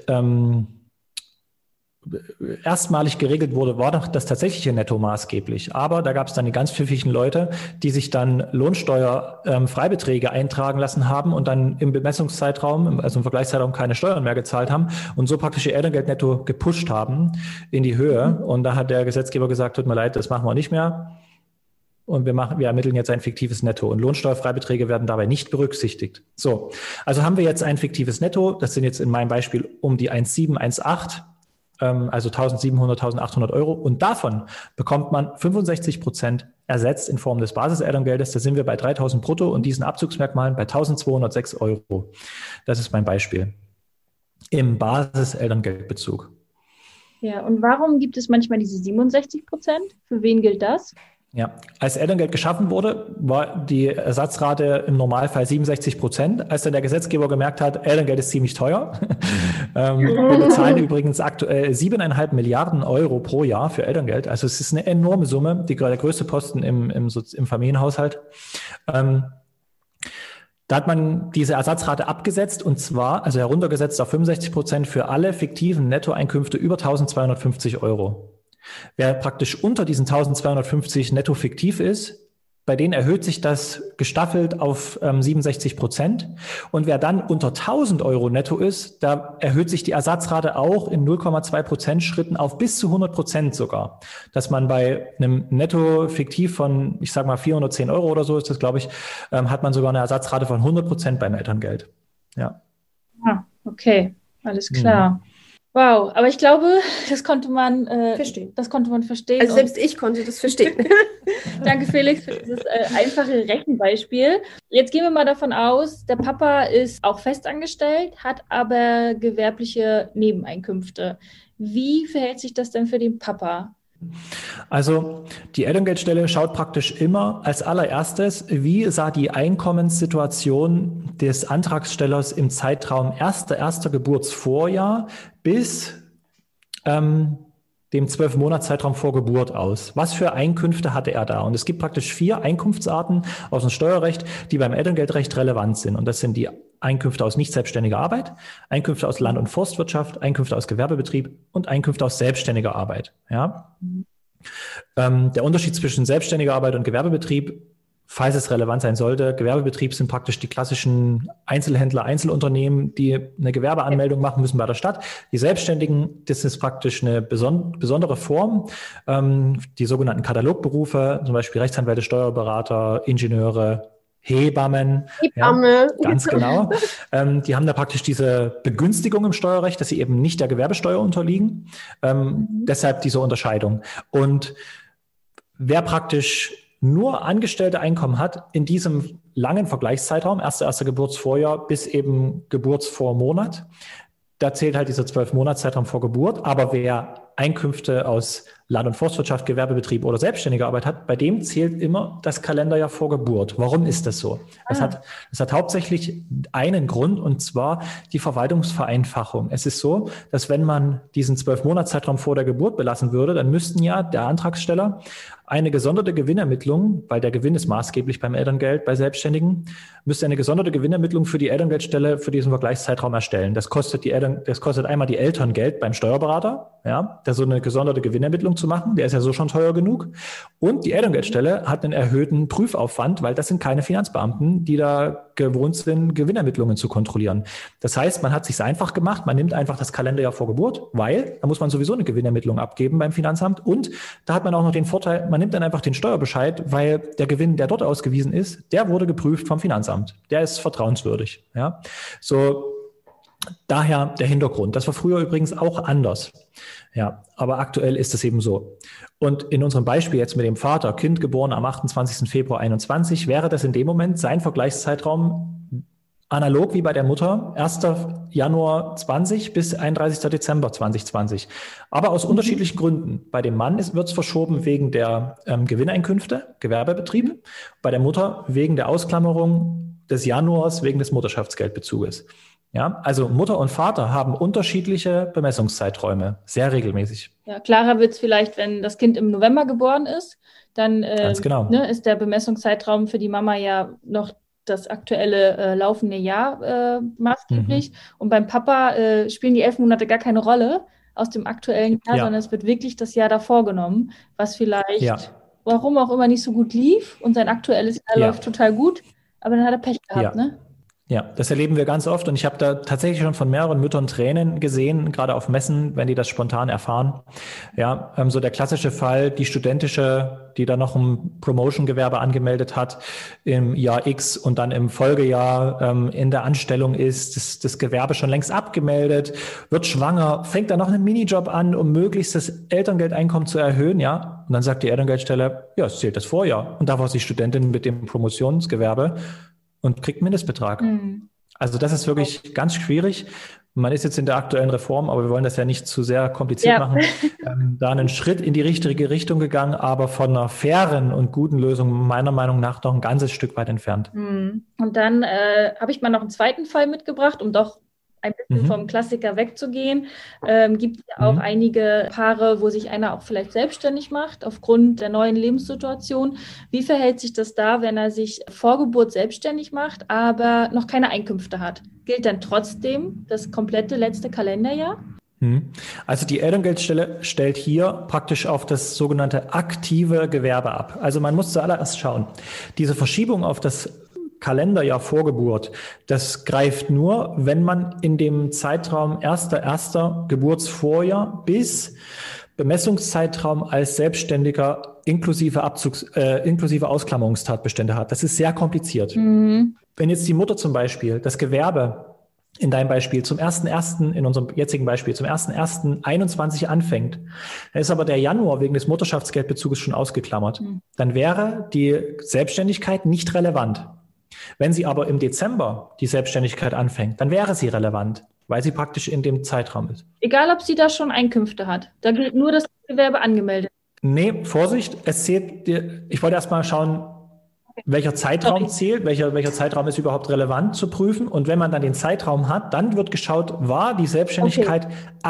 erstmalig geregelt wurde, war doch das tatsächliche Netto maßgeblich. Aber da gab es dann die ganz pfiffigen Leute, die sich dann Lohnsteuer-Freibeträge eintragen lassen haben und dann im Bemessungszeitraum, also im Vergleichszeitraum, keine Steuern mehr gezahlt haben und so praktisch ihr Elterngeld netto gepusht haben in die Höhe. Und da hat der Gesetzgeber gesagt, tut mir leid, das machen wir nicht mehr. und wir ermitteln jetzt ein fiktives Netto und Lohnsteuerfreibeträge werden dabei nicht berücksichtigt. So, also haben wir jetzt ein fiktives Netto, das sind jetzt in meinem Beispiel um die 1,7, 1,8, also 1.700, 1.800 Euro und davon bekommt man 65% ersetzt in Form des Basiselterngeldes. Da sind wir bei 3.000 brutto und diesen Abzugsmerkmalen bei 1.206 Euro. Das ist mein Beispiel im Basiselterngeldbezug. Ja, und warum gibt es manchmal diese 67%? Für wen gilt das? Ja, als Elterngeld geschaffen wurde, war die Ersatzrate im Normalfall 67%. Als dann der Gesetzgeber gemerkt hat, Elterngeld ist ziemlich teuer. Wir bezahlen übrigens aktuell 7,5 Milliarden Euro pro Jahr für Elterngeld. Also es ist eine enorme Summe, der größte Posten im Familienhaushalt. Da hat man diese Ersatzrate abgesetzt und zwar, also heruntergesetzt auf 65% für alle fiktiven Nettoeinkünfte über 1.250 Euro. Wer praktisch unter diesen 1.250 netto fiktiv ist, bei denen erhöht sich das gestaffelt auf 67%. Und wer dann unter 1.000 Euro netto ist, da erhöht sich die Ersatzrate auch in 0,2% Schritten auf bis zu 100% sogar. Dass man bei einem Netto fiktiv von, ich sage mal 410 Euro oder so ist das, glaube ich, hat man sogar eine Ersatzrate von 100% beim Elterngeld. Ja. Ah, okay, alles klar. Wow, aber ich glaube, das konnte man verstehen. Also selbst ich konnte das verstehen. Danke, Felix, für dieses einfache Rechenbeispiel. Jetzt gehen wir mal davon aus, der Papa ist auch festangestellt, hat aber gewerbliche Nebeneinkünfte. Wie verhält sich das denn für den Papa? Also die Elterngeldstelle schaut praktisch immer als allererstes, wie sah die Einkommenssituation des Antragstellers im Zeitraum erster Geburtsvorjahr bis dem 12-Monats-Zeitraum vor Geburt aus. Was für Einkünfte hatte er da? Und es gibt praktisch 4 Einkunftsarten aus dem Steuerrecht, die beim Elterngeldrecht relevant sind. Und das sind die Einkünfte aus nicht selbstständiger Arbeit, Einkünfte aus Land- und Forstwirtschaft, Einkünfte aus Gewerbebetrieb und Einkünfte aus selbstständiger Arbeit. Ja? Der Unterschied zwischen selbstständiger Arbeit und Gewerbebetrieb, falls es relevant sein sollte, Gewerbebetrieb sind praktisch die klassischen Einzelhändler, Einzelunternehmen, die eine Gewerbeanmeldung machen müssen bei der Stadt. Die Selbstständigen, das ist praktisch eine besondere Form, die sogenannten Katalogberufe, zum Beispiel Rechtsanwälte, Steuerberater, Ingenieure, Hebammen, Hebamme. Ja, ganz genau. Die haben da praktisch diese Begünstigung im Steuerrecht, dass sie eben nicht der Gewerbesteuer unterliegen. Deshalb diese Unterscheidung. Und wer praktisch nur angestellte Einkommen hat in diesem langen Vergleichszeitraum, erster Geburtsvorjahr bis eben Geburtsvormonat, da zählt halt dieser 12-Monats-Zeitraum vor Geburt. Aber wer Einkünfte aus Land- und Forstwirtschaft, Gewerbebetrieb oder selbstständige Arbeit hat, bei dem zählt immer das Kalenderjahr vor Geburt. Warum ist das so? Das hat hauptsächlich einen Grund, und zwar die Verwaltungsvereinfachung. Es ist so, dass wenn man diesen 12-Monats-Zeitraum vor der Geburt belassen würde, dann müssten ja der Antragsteller eine gesonderte Gewinnermittlung, weil der Gewinn ist maßgeblich beim Elterngeld bei Selbstständigen, müsste eine gesonderte Gewinnermittlung für die Elterngeldstelle für diesen Vergleichszeitraum erstellen. Das kostet einmal die Elterngeld beim Steuerberater, ja, da so eine gesonderte Gewinnermittlung zu machen, der ist ja so schon teuer genug. Und die Elterngeldstelle hat einen erhöhten Prüfaufwand, weil das sind keine Finanzbeamten, die da gewohnt sind, Gewinnermittlungen zu kontrollieren. Das heißt, man hat es sich einfach gemacht, man nimmt einfach das Kalenderjahr vor Geburt, weil da muss man sowieso eine Gewinnermittlung abgeben beim Finanzamt und da hat man auch noch den Vorteil, man nimmt dann einfach den Steuerbescheid, weil der Gewinn, der dort ausgewiesen ist, der wurde geprüft vom Finanzamt. Der ist vertrauenswürdig. Ja, so daher der Hintergrund. Das war früher übrigens auch anders. Ja, aber aktuell ist es eben so. Und in unserem Beispiel jetzt mit dem Vater, Kind geboren am 28. Februar 21, wäre das in dem Moment sein Vergleichszeitraum analog wie bei der Mutter, 1. Januar 20 bis 31. Dezember 2020. Aber aus unterschiedlichen Gründen. Bei dem Mann wird es verschoben wegen der Gewinneinkünfte, Gewerbebetriebe. Bei der Mutter wegen der Ausklammerung des Januars wegen des Mutterschaftsgeldbezuges. Ja, also Mutter und Vater haben unterschiedliche Bemessungszeiträume, sehr regelmäßig. Ja, klarer wird es vielleicht, wenn das Kind im November geboren ist, dann Ganz genau. Ist der Bemessungszeitraum für die Mama ja noch das aktuelle laufende Jahr maßgeblich. Und beim Papa spielen die 11 Monate gar keine Rolle aus dem aktuellen Jahr, sondern es wird wirklich das Jahr davor genommen, was vielleicht, warum auch immer, nicht so gut lief und sein aktuelles Jahr läuft total gut, aber dann hat er Pech gehabt, ne? Ja, das erleben wir ganz oft und ich habe da tatsächlich schon von mehreren Müttern Tränen gesehen, gerade auf Messen, wenn die das spontan erfahren. Ja, so der klassische Fall, die Studentische, die da noch ein Promotion-Gewerbe angemeldet hat im Jahr X und dann im Folgejahr in der Anstellung ist, das Gewerbe schon längst abgemeldet, wird schwanger, fängt dann noch einen Minijob an, um möglichst das Elterngeldeinkommen zu erhöhen, ja. Und dann sagt die Elterngeldstelle, ja, es zählt das Vorjahr. Und da war die Studentin mit dem Promotionsgewerbe und kriegt Mindestbetrag. Mhm. Also das ist wirklich ganz schwierig. Man ist jetzt in der aktuellen Reform, aber wir wollen das ja nicht zu sehr kompliziert machen, da einen Schritt in die richtige Richtung gegangen, aber von einer fairen und guten Lösung meiner Meinung nach noch ein ganzes Stück weit entfernt. Mhm. Und dann habe ich mal noch einen zweiten Fall mitgebracht, um doch ein bisschen vom Klassiker wegzugehen. Gibt es ja auch einige Paare, wo sich einer auch vielleicht selbstständig macht aufgrund der neuen Lebenssituation. Wie verhält sich das da, wenn er sich vor Geburt selbstständig macht, aber noch keine Einkünfte hat? Gilt dann trotzdem das komplette letzte Kalenderjahr? Also die Elterngeldstelle stellt hier praktisch auf das sogenannte aktive Gewerbe ab. Also man muss zuallererst schauen, diese Verschiebung auf das Kalenderjahr vor Geburt, das greift nur, wenn man in dem Zeitraum 1.1. Geburtsvorjahr bis Bemessungszeitraum als Selbstständiger inklusive Ausklammerungstatbestände hat. Das ist sehr kompliziert. Mhm. Wenn jetzt die Mutter zum Beispiel das Gewerbe in deinem Beispiel zum 1.1., in unserem jetzigen Beispiel, zum 1.1.21 anfängt, dann ist aber der Januar wegen des Mutterschaftsgeldbezuges schon ausgeklammert. Mhm. Dann wäre die Selbstständigkeit nicht relevant. Wenn sie aber im Dezember die Selbstständigkeit anfängt, dann wäre sie relevant, weil sie praktisch in dem Zeitraum ist. Egal, ob sie da schon Einkünfte hat. Da gilt nur das Gewerbe angemeldet. Nee, Vorsicht, es zählt, ich wollte erst mal schauen, welcher Zeitraum zählt, welcher Zeitraum ist überhaupt relevant zu prüfen. Und wenn man dann den Zeitraum hat, dann wird geschaut, war die Selbstständigkeit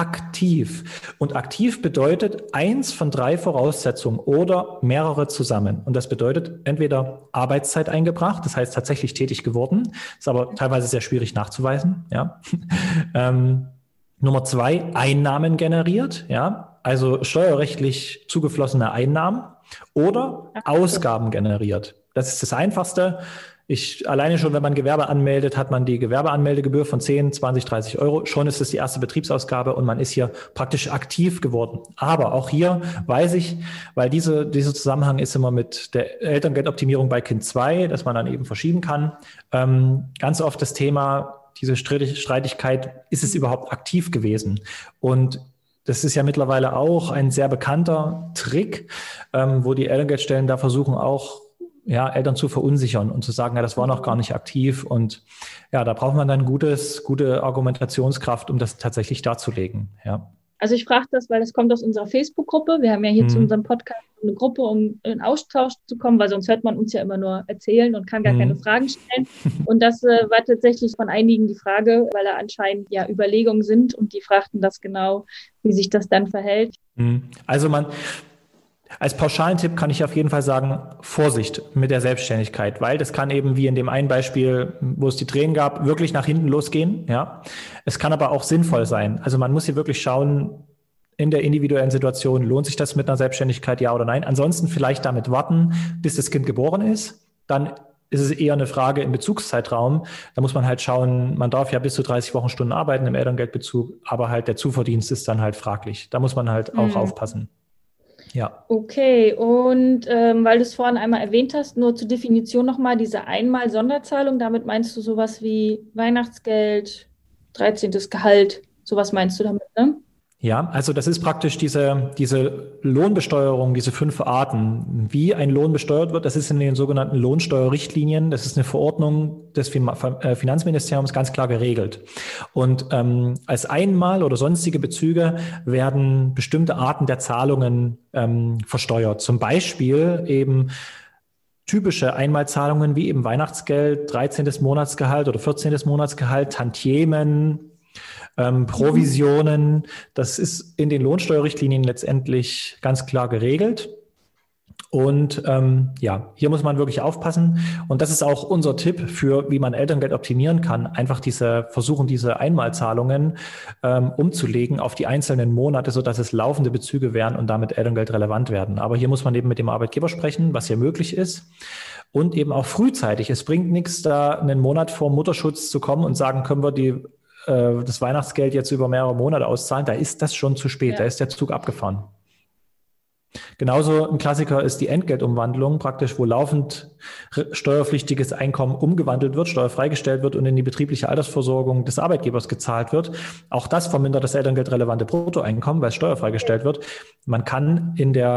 aktiv. Und aktiv bedeutet 1 von 3 Voraussetzungen oder mehrere zusammen. Und das bedeutet entweder Arbeitszeit eingebracht, das heißt tatsächlich tätig geworden, ist aber teilweise sehr schwierig nachzuweisen. Ja. Nummer 2, Einnahmen generiert, ja, also steuerrechtlich zugeflossene Einnahmen oder Ausgaben generiert. Das ist das Einfachste. Alleine schon, wenn man Gewerbe anmeldet, hat man die Gewerbeanmeldegebühr von 10, 20, 30 Euro. Schon ist es die erste Betriebsausgabe und man ist hier praktisch aktiv geworden. Aber auch hier weiß ich, weil dieser Zusammenhang ist immer mit der Elterngeldoptimierung bei Kind 2, dass man dann eben verschieben kann. Ganz oft das Thema, diese Streitigkeit, ist es überhaupt aktiv gewesen? Und das ist ja mittlerweile auch ein sehr bekannter Trick, wo die Elterngeldstellen da versuchen auch, Eltern zu verunsichern und zu sagen, ja, das war noch gar nicht aktiv. Und ja, da braucht man dann gute Argumentationskraft, um das tatsächlich darzulegen. Ja. Also ich frage das, weil das kommt aus unserer Facebook-Gruppe. Wir haben ja hier zu unserem Podcast eine Gruppe, um in Austausch zu kommen, weil sonst hört man uns ja immer nur erzählen und kann gar keine Fragen stellen. Und das war tatsächlich von einigen die Frage, weil da anscheinend ja Überlegungen sind und die fragten das genau, wie sich das dann verhält. Also als pauschalen Tipp kann ich auf jeden Fall sagen, Vorsicht mit der Selbstständigkeit, weil das kann eben wie in dem einen Beispiel, wo es die Tränen gab, wirklich nach hinten losgehen. Ja, es kann aber auch sinnvoll sein. Also man muss hier wirklich schauen, in der individuellen Situation, lohnt sich das mit einer Selbstständigkeit, ja oder nein? Ansonsten vielleicht damit warten, bis das Kind geboren ist. Dann ist es eher eine Frage im Bezugszeitraum. Da muss man halt schauen, man darf ja bis zu 30 Wochenstunden arbeiten im Elterngeldbezug, aber halt der Zuverdienst ist dann halt fraglich. Da muss man halt auch aufpassen. Ja. Okay, und weil du es vorhin einmal erwähnt hast, nur zur Definition nochmal, diese Einmal-Sonderzahlung, damit meinst du sowas wie Weihnachtsgeld, 13. Gehalt, sowas meinst du damit, ne? Ja, also das ist praktisch diese Lohnbesteuerung, diese 5 Arten, wie ein Lohn besteuert wird. Das ist in den sogenannten Lohnsteuerrichtlinien. Das ist eine Verordnung des Finanzministeriums ganz klar geregelt. Und als Einmal- oder sonstige Bezüge werden bestimmte Arten der Zahlungen versteuert. Zum Beispiel eben typische Einmalzahlungen wie eben Weihnachtsgeld, 13. Monatsgehalt oder 14. Monatsgehalt, Tantiemen, Provisionen, das ist in den Lohnsteuerrichtlinien letztendlich ganz klar geregelt. Und hier muss man wirklich aufpassen. Und das ist auch unser Tipp für, wie man Elterngeld optimieren kann. Einfach versuchen, diese Einmalzahlungen umzulegen auf die einzelnen Monate, sodass es laufende Bezüge wären und damit Elterngeld relevant werden. Aber hier muss man eben mit dem Arbeitgeber sprechen, was hier möglich ist. Und eben auch frühzeitig. Es bringt nichts, da einen Monat vor Mutterschutz zu kommen und sagen, können wir das Weihnachtsgeld jetzt über mehrere Monate auszahlen. Da ist das schon zu spät, da ist der Zug abgefahren. Genauso ein Klassiker ist die Entgeltumwandlung, praktisch wo laufend steuerpflichtiges Einkommen umgewandelt wird, steuerfreigestellt wird und in die betriebliche Altersversorgung des Arbeitgebers gezahlt wird. Auch das vermindert das elterngeldrelevante Bruttoeinkommen, weil es steuerfreigestellt wird. Man kann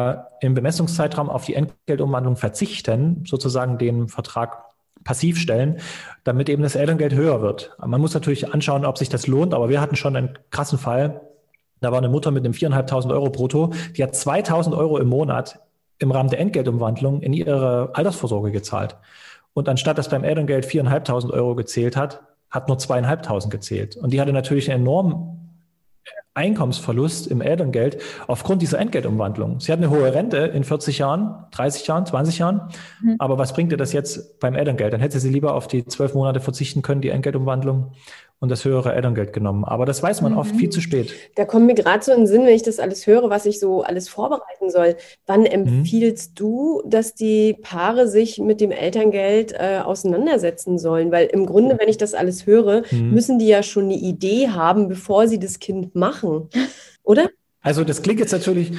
im Bemessungszeitraum auf die Entgeltumwandlung verzichten, sozusagen den Vertrag passiv stellen, damit eben das Elterngeld höher wird. Man muss natürlich anschauen, ob sich das lohnt, aber wir hatten schon einen krassen Fall. Da war eine Mutter mit einem 4.500 Euro brutto, die hat 2.000 Euro im Monat im Rahmen der Entgeltumwandlung in ihre Altersvorsorge gezahlt. Und anstatt dass beim Elterngeld 4.500 Euro gezählt hat nur 2.500 gezählt. Und die hatte natürlich einen enormen Einkommensverlust im Elterngeld aufgrund dieser Entgeltumwandlung. Sie hat eine hohe Rente in 40 Jahren, 30 Jahren, 20 Jahren. Aber was bringt ihr das jetzt beim Elterngeld? Dann hätte sie lieber auf die 12 Monate verzichten können, die Entgeltumwandlung, und das höhere Elterngeld genommen. Aber das weiß man oft viel zu spät. Da kommt mir gerade so in den Sinn, wenn ich das alles höre, was ich so alles vorbereiten soll. Wann empfiehlst du, dass die Paare sich mit dem Elterngeld auseinandersetzen sollen? Weil im Grunde, wenn ich das alles höre, müssen die ja schon eine Idee haben, bevor sie das Kind machen, oder? Also das klingt jetzt natürlich,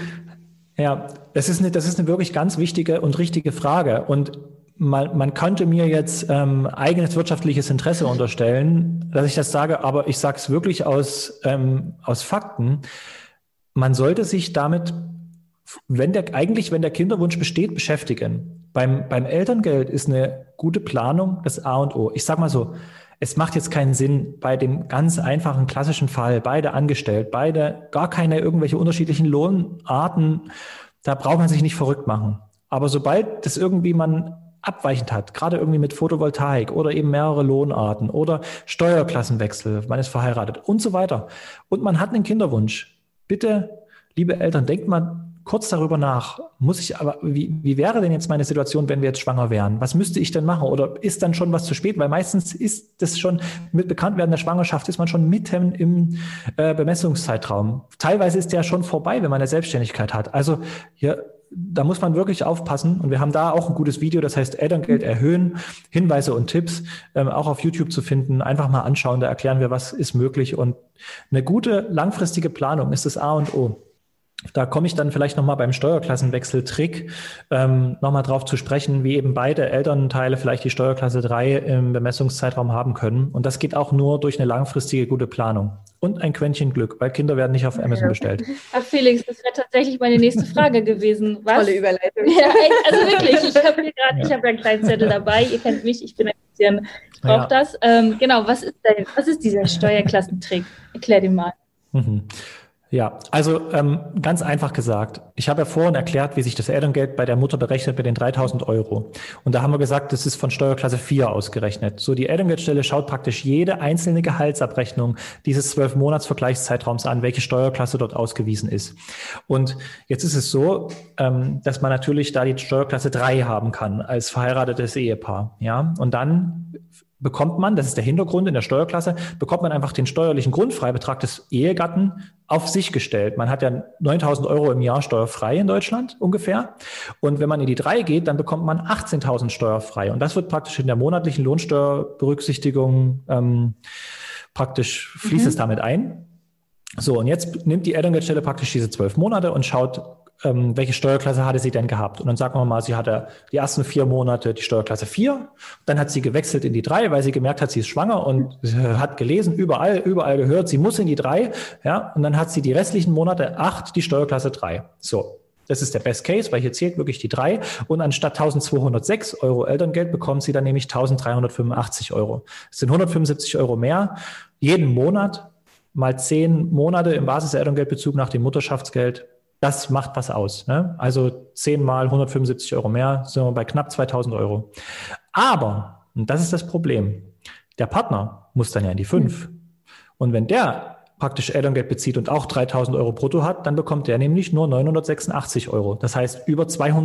ja, das ist eine wirklich ganz wichtige und richtige Frage. Und man könnte mir jetzt eigenes wirtschaftliches Interesse unterstellen, dass ich das sage, aber ich sage es wirklich aus Fakten. Man sollte sich damit, wenn der Kinderwunsch besteht, beschäftigen. Beim Elterngeld ist eine gute Planung das A und O. Ich sage mal so, es macht jetzt keinen Sinn, bei dem ganz einfachen klassischen Fall, beide angestellt, beide gar keine irgendwelche unterschiedlichen Lohnarten, da braucht man sich nicht verrückt machen. Aber sobald das irgendwie man abweichend hat, gerade irgendwie mit Photovoltaik oder eben mehrere Lohnarten oder Steuerklassenwechsel, man ist verheiratet und so weiter und man hat einen Kinderwunsch. Bitte, liebe Eltern, denkt mal kurz darüber nach. Wie wäre denn jetzt meine Situation, wenn wir jetzt schwanger wären? Was müsste ich denn machen? Oder ist dann schon was zu spät? Weil meistens ist das schon mit Bekanntwerden der Schwangerschaft ist man schon mitten im Bemessungszeitraum. Teilweise ist der schon vorbei, wenn man eine Selbstständigkeit hat. Also da muss man wirklich aufpassen. Und wir haben da auch ein gutes Video, das heißt Elterngeld erhöhen, Hinweise und Tipps, auch auf YouTube zu finden. Einfach mal anschauen, da erklären wir, was ist möglich. Und eine gute langfristige Planung ist das A und O. Da komme ich dann vielleicht nochmal beim Steuerklassenwechsel-Trick nochmal drauf zu sprechen, wie eben beide Elternteile vielleicht die Steuerklasse 3 im Bemessungszeitraum haben können. Und das geht auch nur durch eine langfristige gute Planung. Und ein Quäntchen Glück, weil Kinder werden nicht auf Amazon bestellt. Ach Felix, das wäre tatsächlich meine nächste Frage gewesen. Was? Tolle Überleitung. Ja, also wirklich, ich habe ja einen kleinen Zettel dabei. Ihr kennt mich, ich bin ein bisschen, ich brauche das. Genau, was ist dieser Steuerklassentrick? Erklär den mal. Ja, also ganz einfach gesagt, ich habe ja vorhin erklärt, wie sich das Elterngeld bei der Mutter berechnet mit den 3.000 Euro. Und da haben wir gesagt, das ist von Steuerklasse 4 ausgerechnet. So, die Elterngeldstelle schaut praktisch jede einzelne Gehaltsabrechnung dieses 12-Monats-Vergleichszeitraums an, welche Steuerklasse dort ausgewiesen ist. Und jetzt ist es so, dass man natürlich da die Steuerklasse 3 haben kann als verheiratetes Ehepaar. Ja, und dann bekommt man, das ist der Hintergrund in der Steuerklasse, bekommt man einfach den steuerlichen Grundfreibetrag des Ehegatten auf sich gestellt. Man hat ja 9.000 Euro im Jahr steuerfrei in Deutschland ungefähr. Und wenn man in die 3 geht, dann bekommt man 18.000 steuerfrei. Und das wird praktisch in der monatlichen Lohnsteuerberücksichtigung praktisch fließt es damit ein. So, und jetzt nimmt die Elterngeldstelle praktisch diese 12 Monate und schaut, welche Steuerklasse hatte sie denn gehabt? Und dann sagen wir mal, sie hatte die ersten 4 Monate die Steuerklasse 4, dann hat sie gewechselt in die 3, weil sie gemerkt hat, sie ist schwanger und hat gelesen, überall gehört, sie muss in die 3, ja, und dann hat sie die restlichen Monate 8 die Steuerklasse 3. So, das ist der Best Case, weil hier zählt wirklich die 3 und anstatt 1.206 Euro Elterngeld bekommt sie dann nämlich 1.385 Euro. Das sind 175 Euro mehr jeden Monat, mal 10 Monate im Basis-Elterngeldbezug nach dem Mutterschaftsgeld. Das macht was aus. Ne? Also 10 mal 175 Euro mehr, sind wir bei knapp 2.000 Euro. Aber, und das ist das Problem, der Partner muss dann ja in die 5. Und wenn der praktisch Elterngeld bezieht und auch 3.000 Euro brutto hat, dann bekommt der nämlich nur 986 Euro. Das heißt, über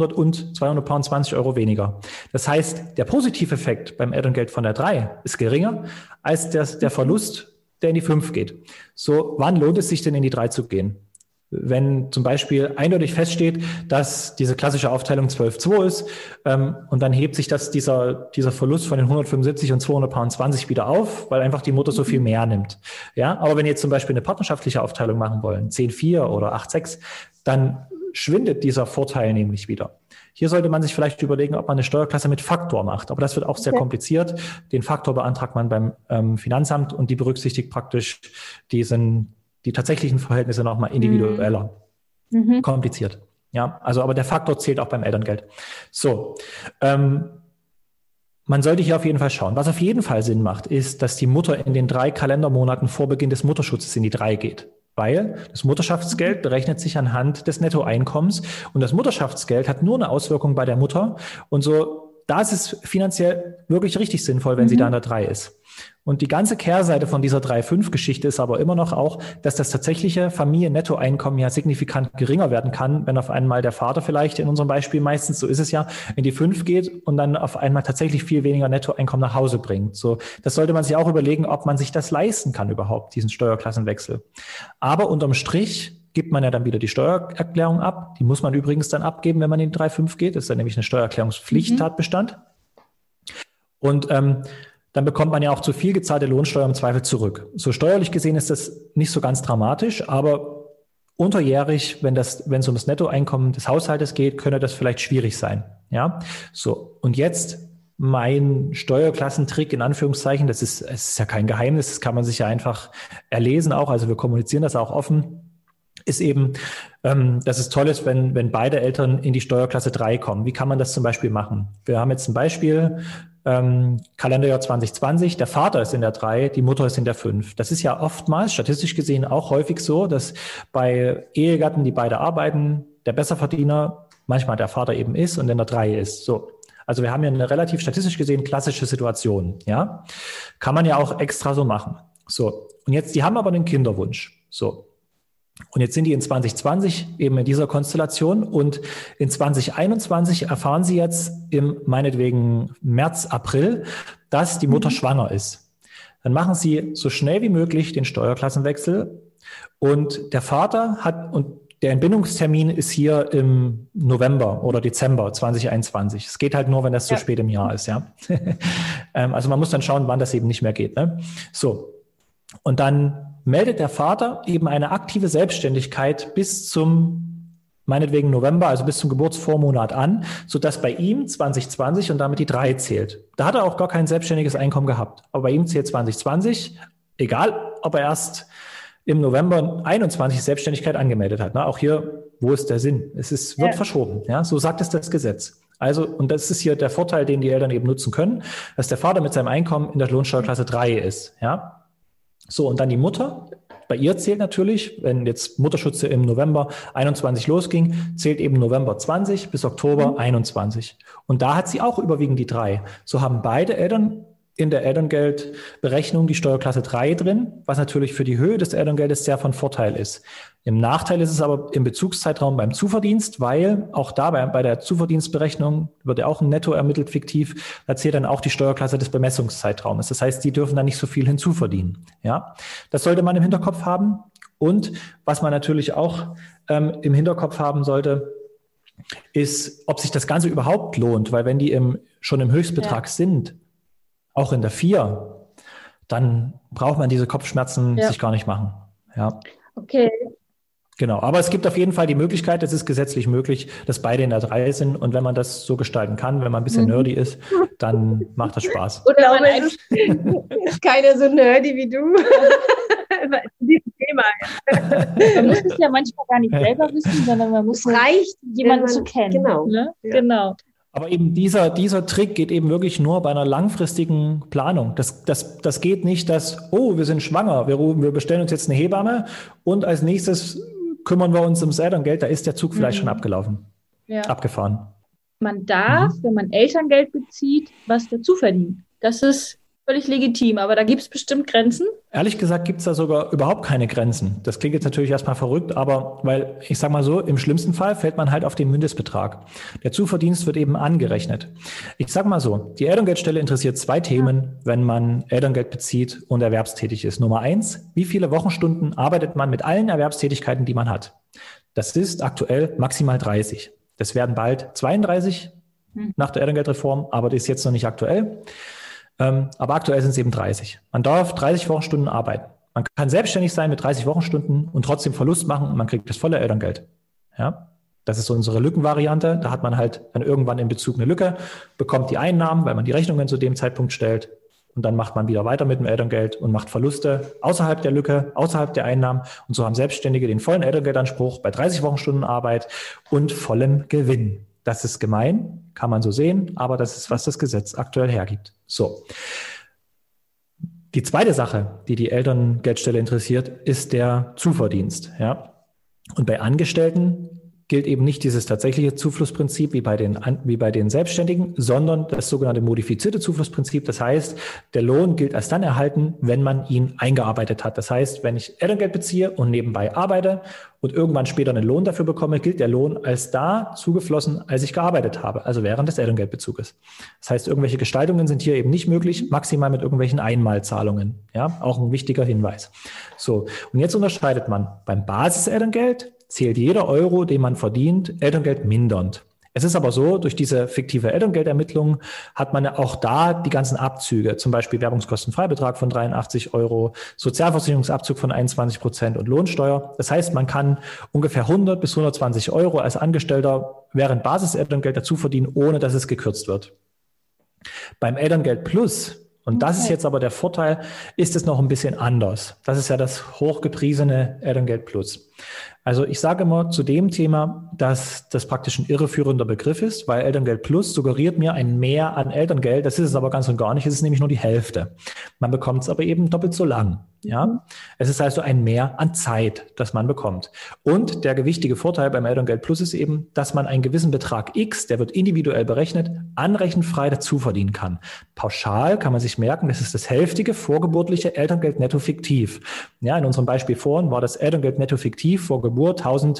220 Euro weniger. Das heißt, der Positiveffekt beim Elterngeld von der 3 ist geringer als der Verlust, der in die 5 geht. So, wann lohnt es sich denn in die 3 zu gehen? Wenn zum Beispiel eindeutig feststeht, dass diese klassische Aufteilung 12,2 ist und dann hebt sich dieser Verlust von den 175 und 220 wieder auf, weil einfach die Mutter so viel mehr nimmt. Ja, aber wenn ihr jetzt zum Beispiel eine partnerschaftliche Aufteilung machen wollen, 10,4 oder 8,6, dann schwindet dieser Vorteil nämlich wieder. Hier sollte man sich vielleicht überlegen, ob man eine Steuerklasse mit Faktor macht. Aber das wird auch sehr kompliziert. Den Faktor beantragt man beim Finanzamt und die berücksichtigt praktisch die tatsächlichen Verhältnisse nochmal individueller. Kompliziert. Ja, also aber der Faktor zählt auch beim Elterngeld. So, man sollte hier auf jeden Fall schauen. Was auf jeden Fall Sinn macht, ist, dass die Mutter in den 3 Kalendermonaten vor Beginn des Mutterschutzes in die 3 geht. Weil das Mutterschaftsgeld berechnet sich anhand des Nettoeinkommens und das Mutterschaftsgeld hat nur eine Auswirkung bei der Mutter und so, da ist es finanziell wirklich richtig sinnvoll, wenn sie da in der 3 ist. Und die ganze Kehrseite von dieser 3,5-Geschichte ist aber immer noch auch, dass das tatsächliche Familiennettoeinkommen ja signifikant geringer werden kann, wenn auf einmal der Vater vielleicht in unserem Beispiel meistens, so ist es ja, in die 5 geht und dann auf einmal tatsächlich viel weniger Nettoeinkommen nach Hause bringt. So, das sollte man sich auch überlegen, ob man sich das leisten kann überhaupt, diesen Steuerklassenwechsel. Aber unterm Strich gibt man ja dann wieder die Steuererklärung ab. Die muss man übrigens dann abgeben, wenn man in die 3,5 geht. Das ist dann nämlich eine Steuererklärungspflicht-Tatbestand. Und dann bekommt man ja auch zu viel gezahlte Lohnsteuer im Zweifel zurück. So steuerlich gesehen ist das nicht so ganz dramatisch, aber unterjährig, wenn es um das Nettoeinkommen des Haushaltes geht, könnte das vielleicht schwierig sein. Ja, so. Und jetzt mein Steuerklassentrick in Anführungszeichen, es ist ja kein Geheimnis, das kann man sich ja einfach erlesen auch, also wir kommunizieren das auch offen, ist eben, dass es toll ist, wenn beide Eltern in die Steuerklasse 3 kommen. Wie kann man das zum Beispiel machen? Wir haben jetzt ein Beispiel, Kalenderjahr 2020, der Vater ist in der 3, die Mutter ist in der 5. Das ist ja oftmals, statistisch gesehen, auch häufig so, dass bei Ehegatten, die beide arbeiten, der Besserverdiener manchmal der Vater eben ist und in der 3 ist. So. Also wir haben hier eine relativ statistisch gesehen klassische Situation. Ja, kann man ja auch extra so machen. So. Und jetzt, die haben aber einen Kinderwunsch. So. Und jetzt sind die in 2020 eben in dieser Konstellation und in 2021 erfahren sie jetzt im meinetwegen März, April, dass die Mutter schwanger ist. Dann machen sie so schnell wie möglich den Steuerklassenwechsel und der Vater und der Entbindungstermin ist hier im November oder Dezember 2021. Es geht halt nur, wenn das so spät im Jahr ist, ja. Also man muss dann schauen, wann das eben nicht mehr geht, ne? So. Und dann meldet der Vater eben eine aktive Selbstständigkeit bis zum, meinetwegen November, also bis zum Geburtsvormonat an, sodass bei ihm 2020 und damit die 3 zählt. Da hat er auch gar kein selbstständiges Einkommen gehabt. Aber bei ihm zählt 2020, egal ob er erst im November 21 Selbstständigkeit angemeldet hat. Na, auch hier, wo ist der Sinn? Wird verschoben. Ja, so sagt es das Gesetz. Also, und das ist hier der Vorteil, den die Eltern eben nutzen können, dass der Vater mit seinem Einkommen in der Lohnsteuerklasse 3 ist. Ja. So, und dann die Mutter. Bei ihr zählt natürlich, wenn jetzt Mutterschutz im November 21 losging, zählt eben November 20 bis Oktober 21. Und da hat sie auch überwiegend die 3. So haben beide Eltern in der Elterngeldberechnung die Steuerklasse 3 drin, was natürlich für die Höhe des Elterngeldes sehr von Vorteil ist. Im Nachteil ist es aber im Bezugszeitraum beim Zuverdienst, weil auch da bei der Zuverdienstberechnung wird ja auch ein Netto ermittelt fiktiv, da zählt dann auch die Steuerklasse des Bemessungszeitraumes. Das heißt, die dürfen dann nicht so viel hinzuverdienen. Ja, das sollte man im Hinterkopf haben. Und was man natürlich auch im Hinterkopf haben sollte, ist, ob sich das Ganze überhaupt lohnt, weil wenn die schon im Höchstbetrag sind, auch in der 4, dann braucht man diese Kopfschmerzen sich gar nicht machen. Ja. Okay. Genau, aber es gibt auf jeden Fall die Möglichkeit, es ist gesetzlich möglich, dass beide in der 3 sind und wenn man das so gestalten kann, wenn man ein bisschen nerdy ist, dann macht das Spaß. Oder man ist keiner so nerdy wie du. Dieses Thema. Man muss es ja manchmal gar nicht selber wissen, sondern man muss jemanden zu kennen. Genau. Ne? Ja. Genau. Aber eben dieser Trick geht eben wirklich nur bei einer langfristigen Planung. Das geht nicht, dass, wir sind schwanger, wir bestellen uns jetzt eine Hebamme und als nächstes kümmern wir uns ums Elterngeld, da ist der Zug vielleicht schon abgefahren. Man darf, wenn man Elterngeld bezieht, was dazu verdienen. Das ist völlig legitim, aber da gibt es bestimmt Grenzen. Ehrlich gesagt gibt es da sogar überhaupt keine Grenzen. Das klingt jetzt natürlich erstmal verrückt, aber weil, ich sage mal so, im schlimmsten Fall fällt man halt auf den Mindestbetrag. Der Zuverdienst wird eben angerechnet. Ich sage mal so, die Elterngeldstelle interessiert 2 Themen, wenn man Elterngeld bezieht und erwerbstätig ist. Nummer 1, wie viele Wochenstunden arbeitet man mit allen Erwerbstätigkeiten, die man hat? Das ist aktuell maximal 30. Das werden bald 32 nach der Elterngeldreform, aber das ist jetzt noch nicht aktuell. Aber aktuell sind es eben 30. Man darf 30 Wochenstunden arbeiten. Man kann selbstständig sein mit 30 Wochenstunden und trotzdem Verlust machen und man kriegt das volle Elterngeld. Ja, das ist unsere Lückenvariante. Da hat man halt dann irgendwann in Bezug eine Lücke, bekommt die Einnahmen, weil man die Rechnungen zu dem Zeitpunkt stellt und dann macht man wieder weiter mit dem Elterngeld und macht Verluste außerhalb der Lücke, außerhalb der Einnahmen und so haben Selbstständige den vollen Elterngeldanspruch bei 30 Wochenstunden Arbeit und vollem Gewinn. Das ist gemein, kann man so sehen, aber das ist, was das Gesetz aktuell hergibt. So. Die zweite Sache, die die Elterngeldstelle interessiert, ist der Zuverdienst. Ja? Und bei Angestellten gilt eben nicht dieses tatsächliche Zuflussprinzip wie bei den Selbstständigen, sondern das sogenannte modifizierte Zuflussprinzip. Das heißt, der Lohn gilt als dann erhalten, wenn man ihn eingearbeitet hat. Das heißt, wenn ich Elterngeld beziehe und nebenbei arbeite und irgendwann später einen Lohn dafür bekomme, gilt der Lohn als da zugeflossen, als ich gearbeitet habe, also während des Elterngeldbezuges. Das heißt, irgendwelche Gestaltungen sind hier eben nicht möglich, maximal mit irgendwelchen Einmalzahlungen. Ja, auch ein wichtiger Hinweis. So, und jetzt unterscheidet man beim Basiselterngeld zählt jeder Euro, den man verdient, Elterngeld mindernd. Es ist aber so, durch diese fiktive Elterngeldermittlung hat man ja auch da die ganzen Abzüge, zum Beispiel Werbungskostenfreibetrag von 83 Euro, Sozialversicherungsabzug von 21% und Lohnsteuer. Das heißt, man kann ungefähr 100 bis 120 Euro als Angestellter während Basiselterngeld dazu verdienen, ohne dass es gekürzt wird. Beim Elterngeld Plus, und das ist jetzt aber der Vorteil, ist es noch ein bisschen anders. Das ist ja das hochgepriesene Elterngeld Plus. Also ich sage immer zu dem Thema, dass das praktisch ein irreführender Begriff ist, weil Elterngeld Plus suggeriert mir ein Mehr an Elterngeld. Das ist es aber ganz und gar nicht. Es ist nämlich nur die Hälfte. Man bekommt es aber eben doppelt so lang. Ja, es ist also ein Mehr an Zeit, das man bekommt. Und der gewichtige Vorteil beim Elterngeld Plus ist eben, dass man einen gewissen Betrag X, der wird individuell berechnet, anrechenfrei dazu verdienen kann. Pauschal kann man sich merken, das ist das hälftige vorgeburtliche Elterngeld netto fiktiv. Ja, in unserem Beispiel vorhin war das Elterngeld netto fiktiv vor Geburt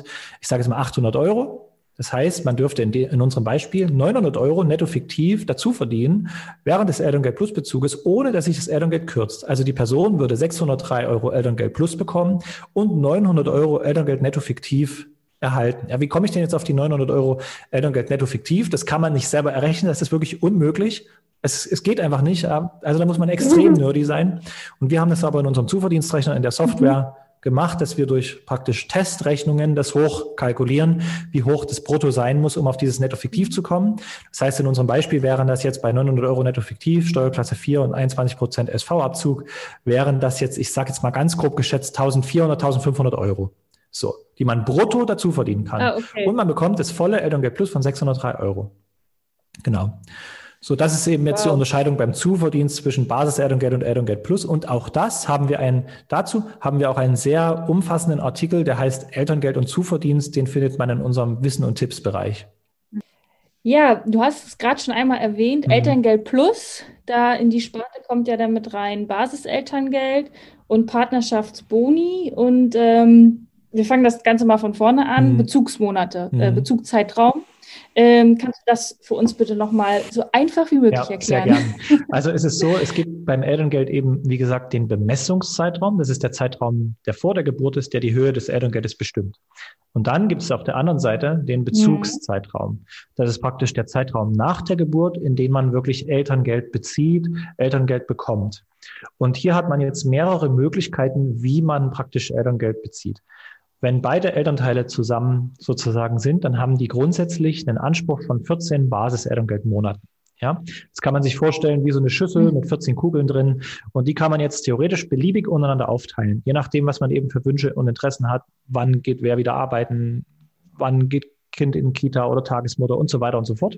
800 Euro. Das heißt, man dürfte in unserem Beispiel 900 Euro netto fiktiv dazu verdienen während des Elterngeld Plus Bezuges, ohne dass sich das Elterngeld kürzt. Also die Person würde 603 Euro Elterngeld Plus bekommen und 900 Euro Elterngeld netto fiktiv erhalten. Ja, wie komme ich denn jetzt auf die 900 Euro Elterngeld netto fiktiv? Das kann man nicht selber errechnen, das ist wirklich unmöglich. Es geht einfach nicht. Also da muss man extrem nerdy sein. Und wir haben das aber in unserem Zuverdienstrechner in der Software gemacht, dass wir durch praktisch Testrechnungen das hochkalkulieren, wie hoch das Brutto sein muss, um auf dieses Netto fiktiv zu kommen. Das heißt, in unserem Beispiel wären das jetzt bei 900 Euro Netto fiktiv, Steuerklasse 4 und 21% SV-Abzug, wären das jetzt, ich sage jetzt mal ganz grob geschätzt, 1.400, 1.500 Euro. So, die man brutto dazu verdienen kann. Okay. Und man bekommt das volle Haben Plus von 603 Euro. Genau. So, das ist eben jetzt die Unterscheidung beim Zuverdienst zwischen Basis-Elterngeld und Elterngeld Plus. Und auch dazu haben wir auch einen sehr umfassenden Artikel, der heißt Elterngeld und Zuverdienst. Den findet man in unserem Wissen- und Tipps-Bereich. Ja, du hast es gerade schon einmal erwähnt, Elterngeld Plus. Da in die Sparte kommt ja damit rein Basiselterngeld und Partnerschaftsboni. Und wir fangen das Ganze mal von vorne an. Bezugsmonate, Bezugszeitraum. Kannst du das für uns bitte nochmal so einfach wie möglich erklären? Sehr gerne. Also es ist so, es gibt beim Elterngeld eben, wie gesagt, den Bemessungszeitraum. Das ist der Zeitraum, der vor der Geburt ist, der die Höhe des Elterngeldes bestimmt. Und dann gibt es auf der anderen Seite den Bezugszeitraum. Das ist praktisch der Zeitraum nach der Geburt, in dem man wirklich Elterngeld bezieht, Elterngeld bekommt. Und hier hat man jetzt mehrere Möglichkeiten, wie man praktisch Elterngeld bezieht. Wenn beide Elternteile zusammen sozusagen sind, dann haben die grundsätzlich einen Anspruch von 14 Basis-Elterngeldmonaten. Ja, das kann man sich vorstellen wie so eine Schüssel mit 14 Kugeln drin. Und die kann man jetzt theoretisch beliebig untereinander aufteilen. Je nachdem, was man eben für Wünsche und Interessen hat. Wann geht wer wieder arbeiten? Wann geht Kind in Kita oder Tagesmutter und so weiter und so fort.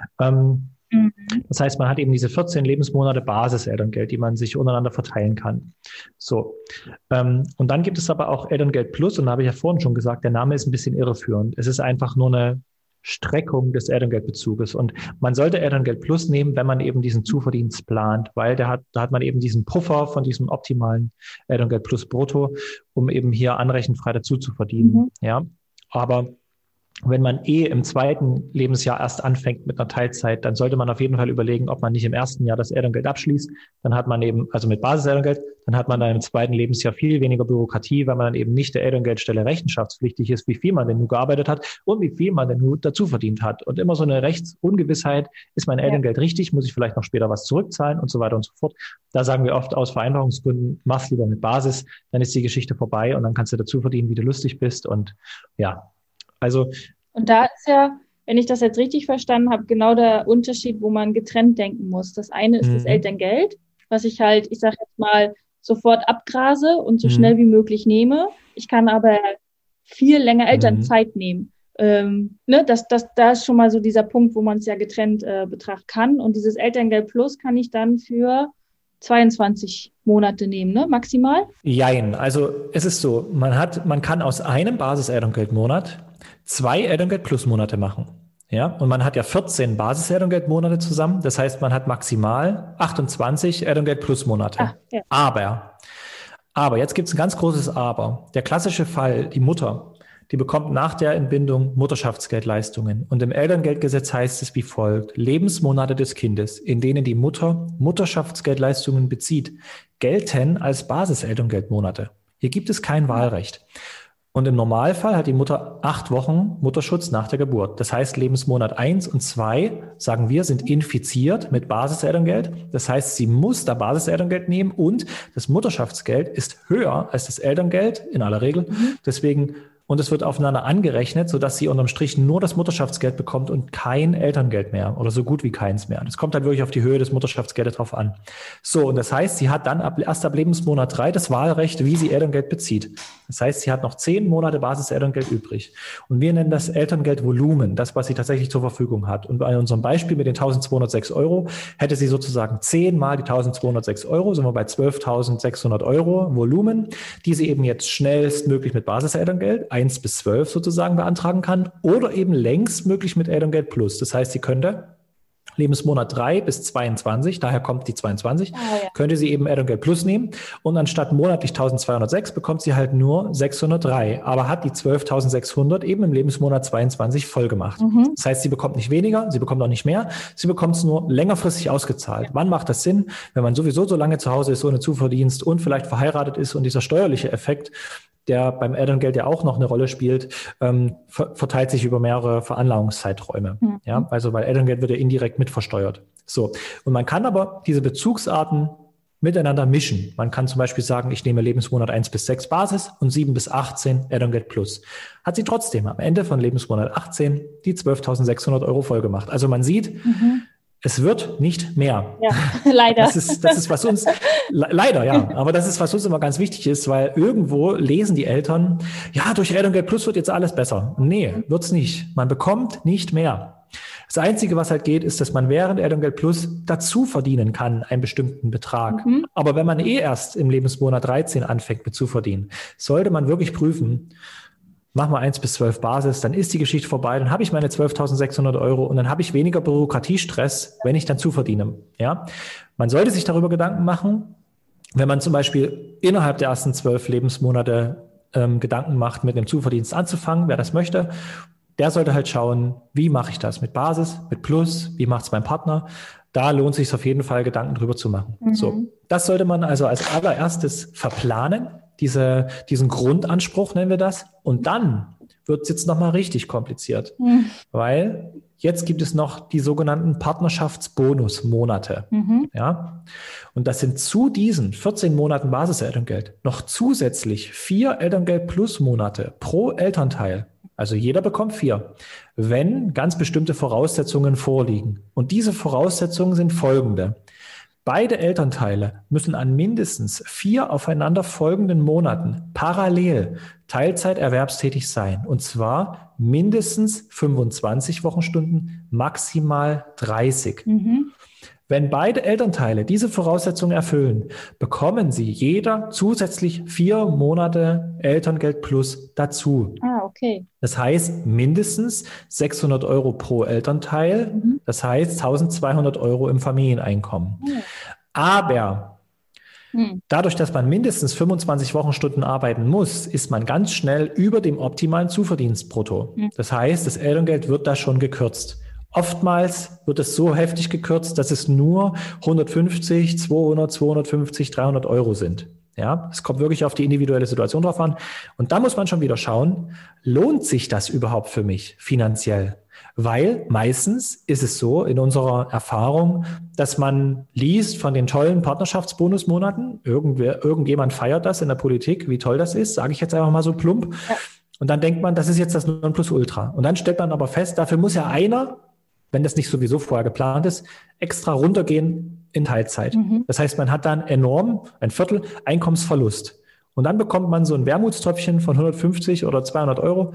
Das heißt, man hat eben diese 14 Lebensmonate Basis-Elterngeld, die man sich untereinander verteilen kann. So. Und dann gibt es aber auch Elterngeld Plus. Und da habe ich ja vorhin schon gesagt, der Name ist ein bisschen irreführend. Es ist einfach nur eine Streckung des Elterngeldbezuges. Und man sollte Elterngeld Plus nehmen, wenn man eben diesen Zuverdienst plant, weil da hat man eben diesen Puffer von diesem optimalen Elterngeld Plus Brutto, um eben hier anrechenfrei dazu zu verdienen. Ja, aber wenn man im zweiten Lebensjahr erst anfängt mit einer Teilzeit, dann sollte man auf jeden Fall überlegen, ob man nicht im ersten Jahr das Elterngeld abschließt. Dann hat man eben, also mit Basis-Elterngeld, dann hat man dann im zweiten Lebensjahr viel weniger Bürokratie, weil man dann eben nicht der Elterngeldstelle rechenschaftspflichtig ist, wie viel man denn nun gearbeitet hat und wie viel man denn nun dazu verdient hat. Und immer so eine Rechtsungewissheit, ist mein Elterngeld richtig, muss ich vielleicht noch später was zurückzahlen und so weiter und so fort. Da sagen wir oft aus Vereinfachungsgründen, mach's lieber mit Basis, dann ist die Geschichte vorbei und dann kannst du dazu verdienen, wie du lustig bist. Und ja, also. Und da ist ja, wenn ich das jetzt richtig verstanden habe, genau der Unterschied, wo man getrennt denken muss. Das eine ist das Elterngeld, was ich halt, ich sage jetzt mal, sofort abgrase und so schnell wie möglich nehme. Ich kann aber viel länger Elternzeit nehmen. Da ist schon mal so dieser Punkt, wo man es ja getrennt betrachten kann. Und dieses Elterngeld Plus kann ich dann für 22 Monate nehmen, ne? Maximal? Jein. Also es ist so, man kann aus einem Basis-Elterngeldmonat 2 Elterngeld-Plus-Monate machen. Ja, und man hat ja 14 Basis-Elterngeldmonate zusammen. Das heißt, man hat maximal 28 Elterngeld-Plus-Monate. Ja. Aber jetzt gibt es ein ganz großes Aber. Der klassische Fall, die Mutter, die bekommt nach der Entbindung Mutterschaftsgeldleistungen. Und im Elterngeldgesetz heißt es wie folgt: Lebensmonate des Kindes, in denen die Mutter Mutterschaftsgeldleistungen bezieht, gelten als Basis-Elterngeldmonate. Hier gibt es kein Wahlrecht. Und im Normalfall hat die Mutter 8 Wochen Mutterschutz nach der Geburt. Das heißt, Lebensmonat 1 und 2, sagen wir, sind infiziert mit Basis-Elterngeld. Das heißt, sie muss da Basis-Elterngeld nehmen und das Mutterschaftsgeld ist höher als das Elterngeld in aller Regel. Deswegen, und es wird aufeinander angerechnet, sodass sie unterm Strich nur das Mutterschaftsgeld bekommt und kein Elterngeld mehr oder so gut wie keins mehr. Das kommt halt wirklich auf die Höhe des Mutterschaftsgeldes drauf an. So, und das heißt, sie hat dann erst ab Lebensmonat 3 das Wahlrecht, wie sie Elterngeld bezieht. Das heißt, sie hat noch 10 Monate Basis-Elterngeld übrig. Und wir nennen das Elterngeldvolumen, das, was sie tatsächlich zur Verfügung hat. Und bei unserem Beispiel mit den 1.206 Euro hätte sie sozusagen 10 mal die 1.206 Euro, sind wir bei 12.600 Euro Volumen, die sie eben jetzt schnellstmöglich mit Basis-Elterngeld 1 bis 12 sozusagen beantragen kann oder eben längstmöglich mit Elterngeld Plus. Das heißt, sie könnte Lebensmonat 3 bis 22, daher kommt die 22, könnte sie eben Elterngeld Plus nehmen und anstatt monatlich 1.206 bekommt sie halt nur 603, aber hat die 12.600 eben im Lebensmonat 22 voll gemacht. Das heißt, sie bekommt nicht weniger, sie bekommt auch nicht mehr, sie bekommt es nur längerfristig ausgezahlt. Wann macht das Sinn? Wenn man sowieso so lange zu Hause ist, ohne Zuverdienst und vielleicht verheiratet ist und dieser steuerliche Effekt, der beim Elterngeld ja auch noch eine Rolle spielt, verteilt sich über mehrere Veranlagungszeiträume. Ja, also weil Elterngeld wird ja indirekt mitversteuert. So. Und man kann aber diese Bezugsarten miteinander mischen. Man kann zum Beispiel sagen, ich nehme Lebensmonat 1 bis 6 Basis und 7 bis 18 Elterngeld Plus. Hat sie trotzdem am Ende von Lebensmonat 18 die 12.600 Euro voll gemacht. Also man sieht, es wird nicht mehr. Ja, leider. Das ist, was uns, leider, ja. Aber das ist, was uns immer ganz wichtig ist, weil irgendwo lesen die Eltern, ja, durch Elterngeld Plus wird jetzt alles besser. Nee, wird's nicht. Man bekommt nicht mehr. Das Einzige, was halt geht, ist, dass man während Elterngeld Plus dazu verdienen kann, einen bestimmten Betrag. Aber wenn man erst im Lebensmonat 13 anfängt mit zu verdienen, sollte man wirklich prüfen, machen wir 1 bis 12 Basis, dann ist die Geschichte vorbei, dann habe ich meine 12.600 Euro und dann habe ich weniger Bürokratiestress, wenn ich dann zuverdiene. Ja? Man sollte sich darüber Gedanken machen, wenn man zum Beispiel innerhalb der ersten 12 Lebensmonate Gedanken macht, mit einem Zuverdienst anzufangen, wer das möchte, der sollte halt schauen, wie mache ich das mit Basis, mit Plus, wie macht es mein Partner. Da lohnt es sich auf jeden Fall, Gedanken drüber zu machen. So, das sollte man also als allererstes verplanen, diesen Grundanspruch nennen wir das. Und dann wird es jetzt nochmal richtig kompliziert, weil jetzt gibt es noch die sogenannten Partnerschaftsbonusmonate. Ja? Und das sind zu diesen 14 Monaten Basis-Elterngeld noch zusätzlich 4 Elterngeld-Plus-Monate pro Elternteil. Also jeder bekommt 4, wenn ganz bestimmte Voraussetzungen vorliegen. Und diese Voraussetzungen sind folgende. Beide Elternteile müssen an mindestens 4 aufeinander folgenden Monaten parallel Teilzeiterwerbstätig sein. Und zwar mindestens 25 Wochenstunden, maximal 30. Wenn beide Elternteile diese Voraussetzungen erfüllen, bekommen sie jeder zusätzlich 4 Monate Elterngeld Plus dazu. okay. Das heißt mindestens 600 Euro pro Elternteil. Das heißt 1.200 Euro im Familieneinkommen. Aber dadurch, dass man mindestens 25 Wochenstunden arbeiten muss, ist man ganz schnell über dem optimalen Zuverdienstbrutto. Das heißt, das Elterngeld wird da schon gekürzt. Oftmals wird es so heftig gekürzt, dass es nur 150, 200, 250, 300 Euro sind. Ja, es kommt wirklich auf die individuelle Situation drauf an. Und da muss man schon wieder schauen, lohnt sich das überhaupt für mich finanziell? Weil meistens ist es so in unserer Erfahrung, dass man liest von den tollen Partnerschaftsbonusmonaten. Irgendjemand feiert das in der Politik, wie toll das ist, sage ich jetzt einfach mal so plump. Ja. Und dann denkt man, das ist jetzt das Nonplusultra. Und dann stellt man aber fest, dafür muss ja einer, wenn das nicht sowieso vorher geplant ist, extra runtergehen in Teilzeit. Das heißt, man hat dann enorm, ein Viertel Einkommensverlust. Und dann bekommt man so ein Wermutströpfchen von 150 oder 200 Euro.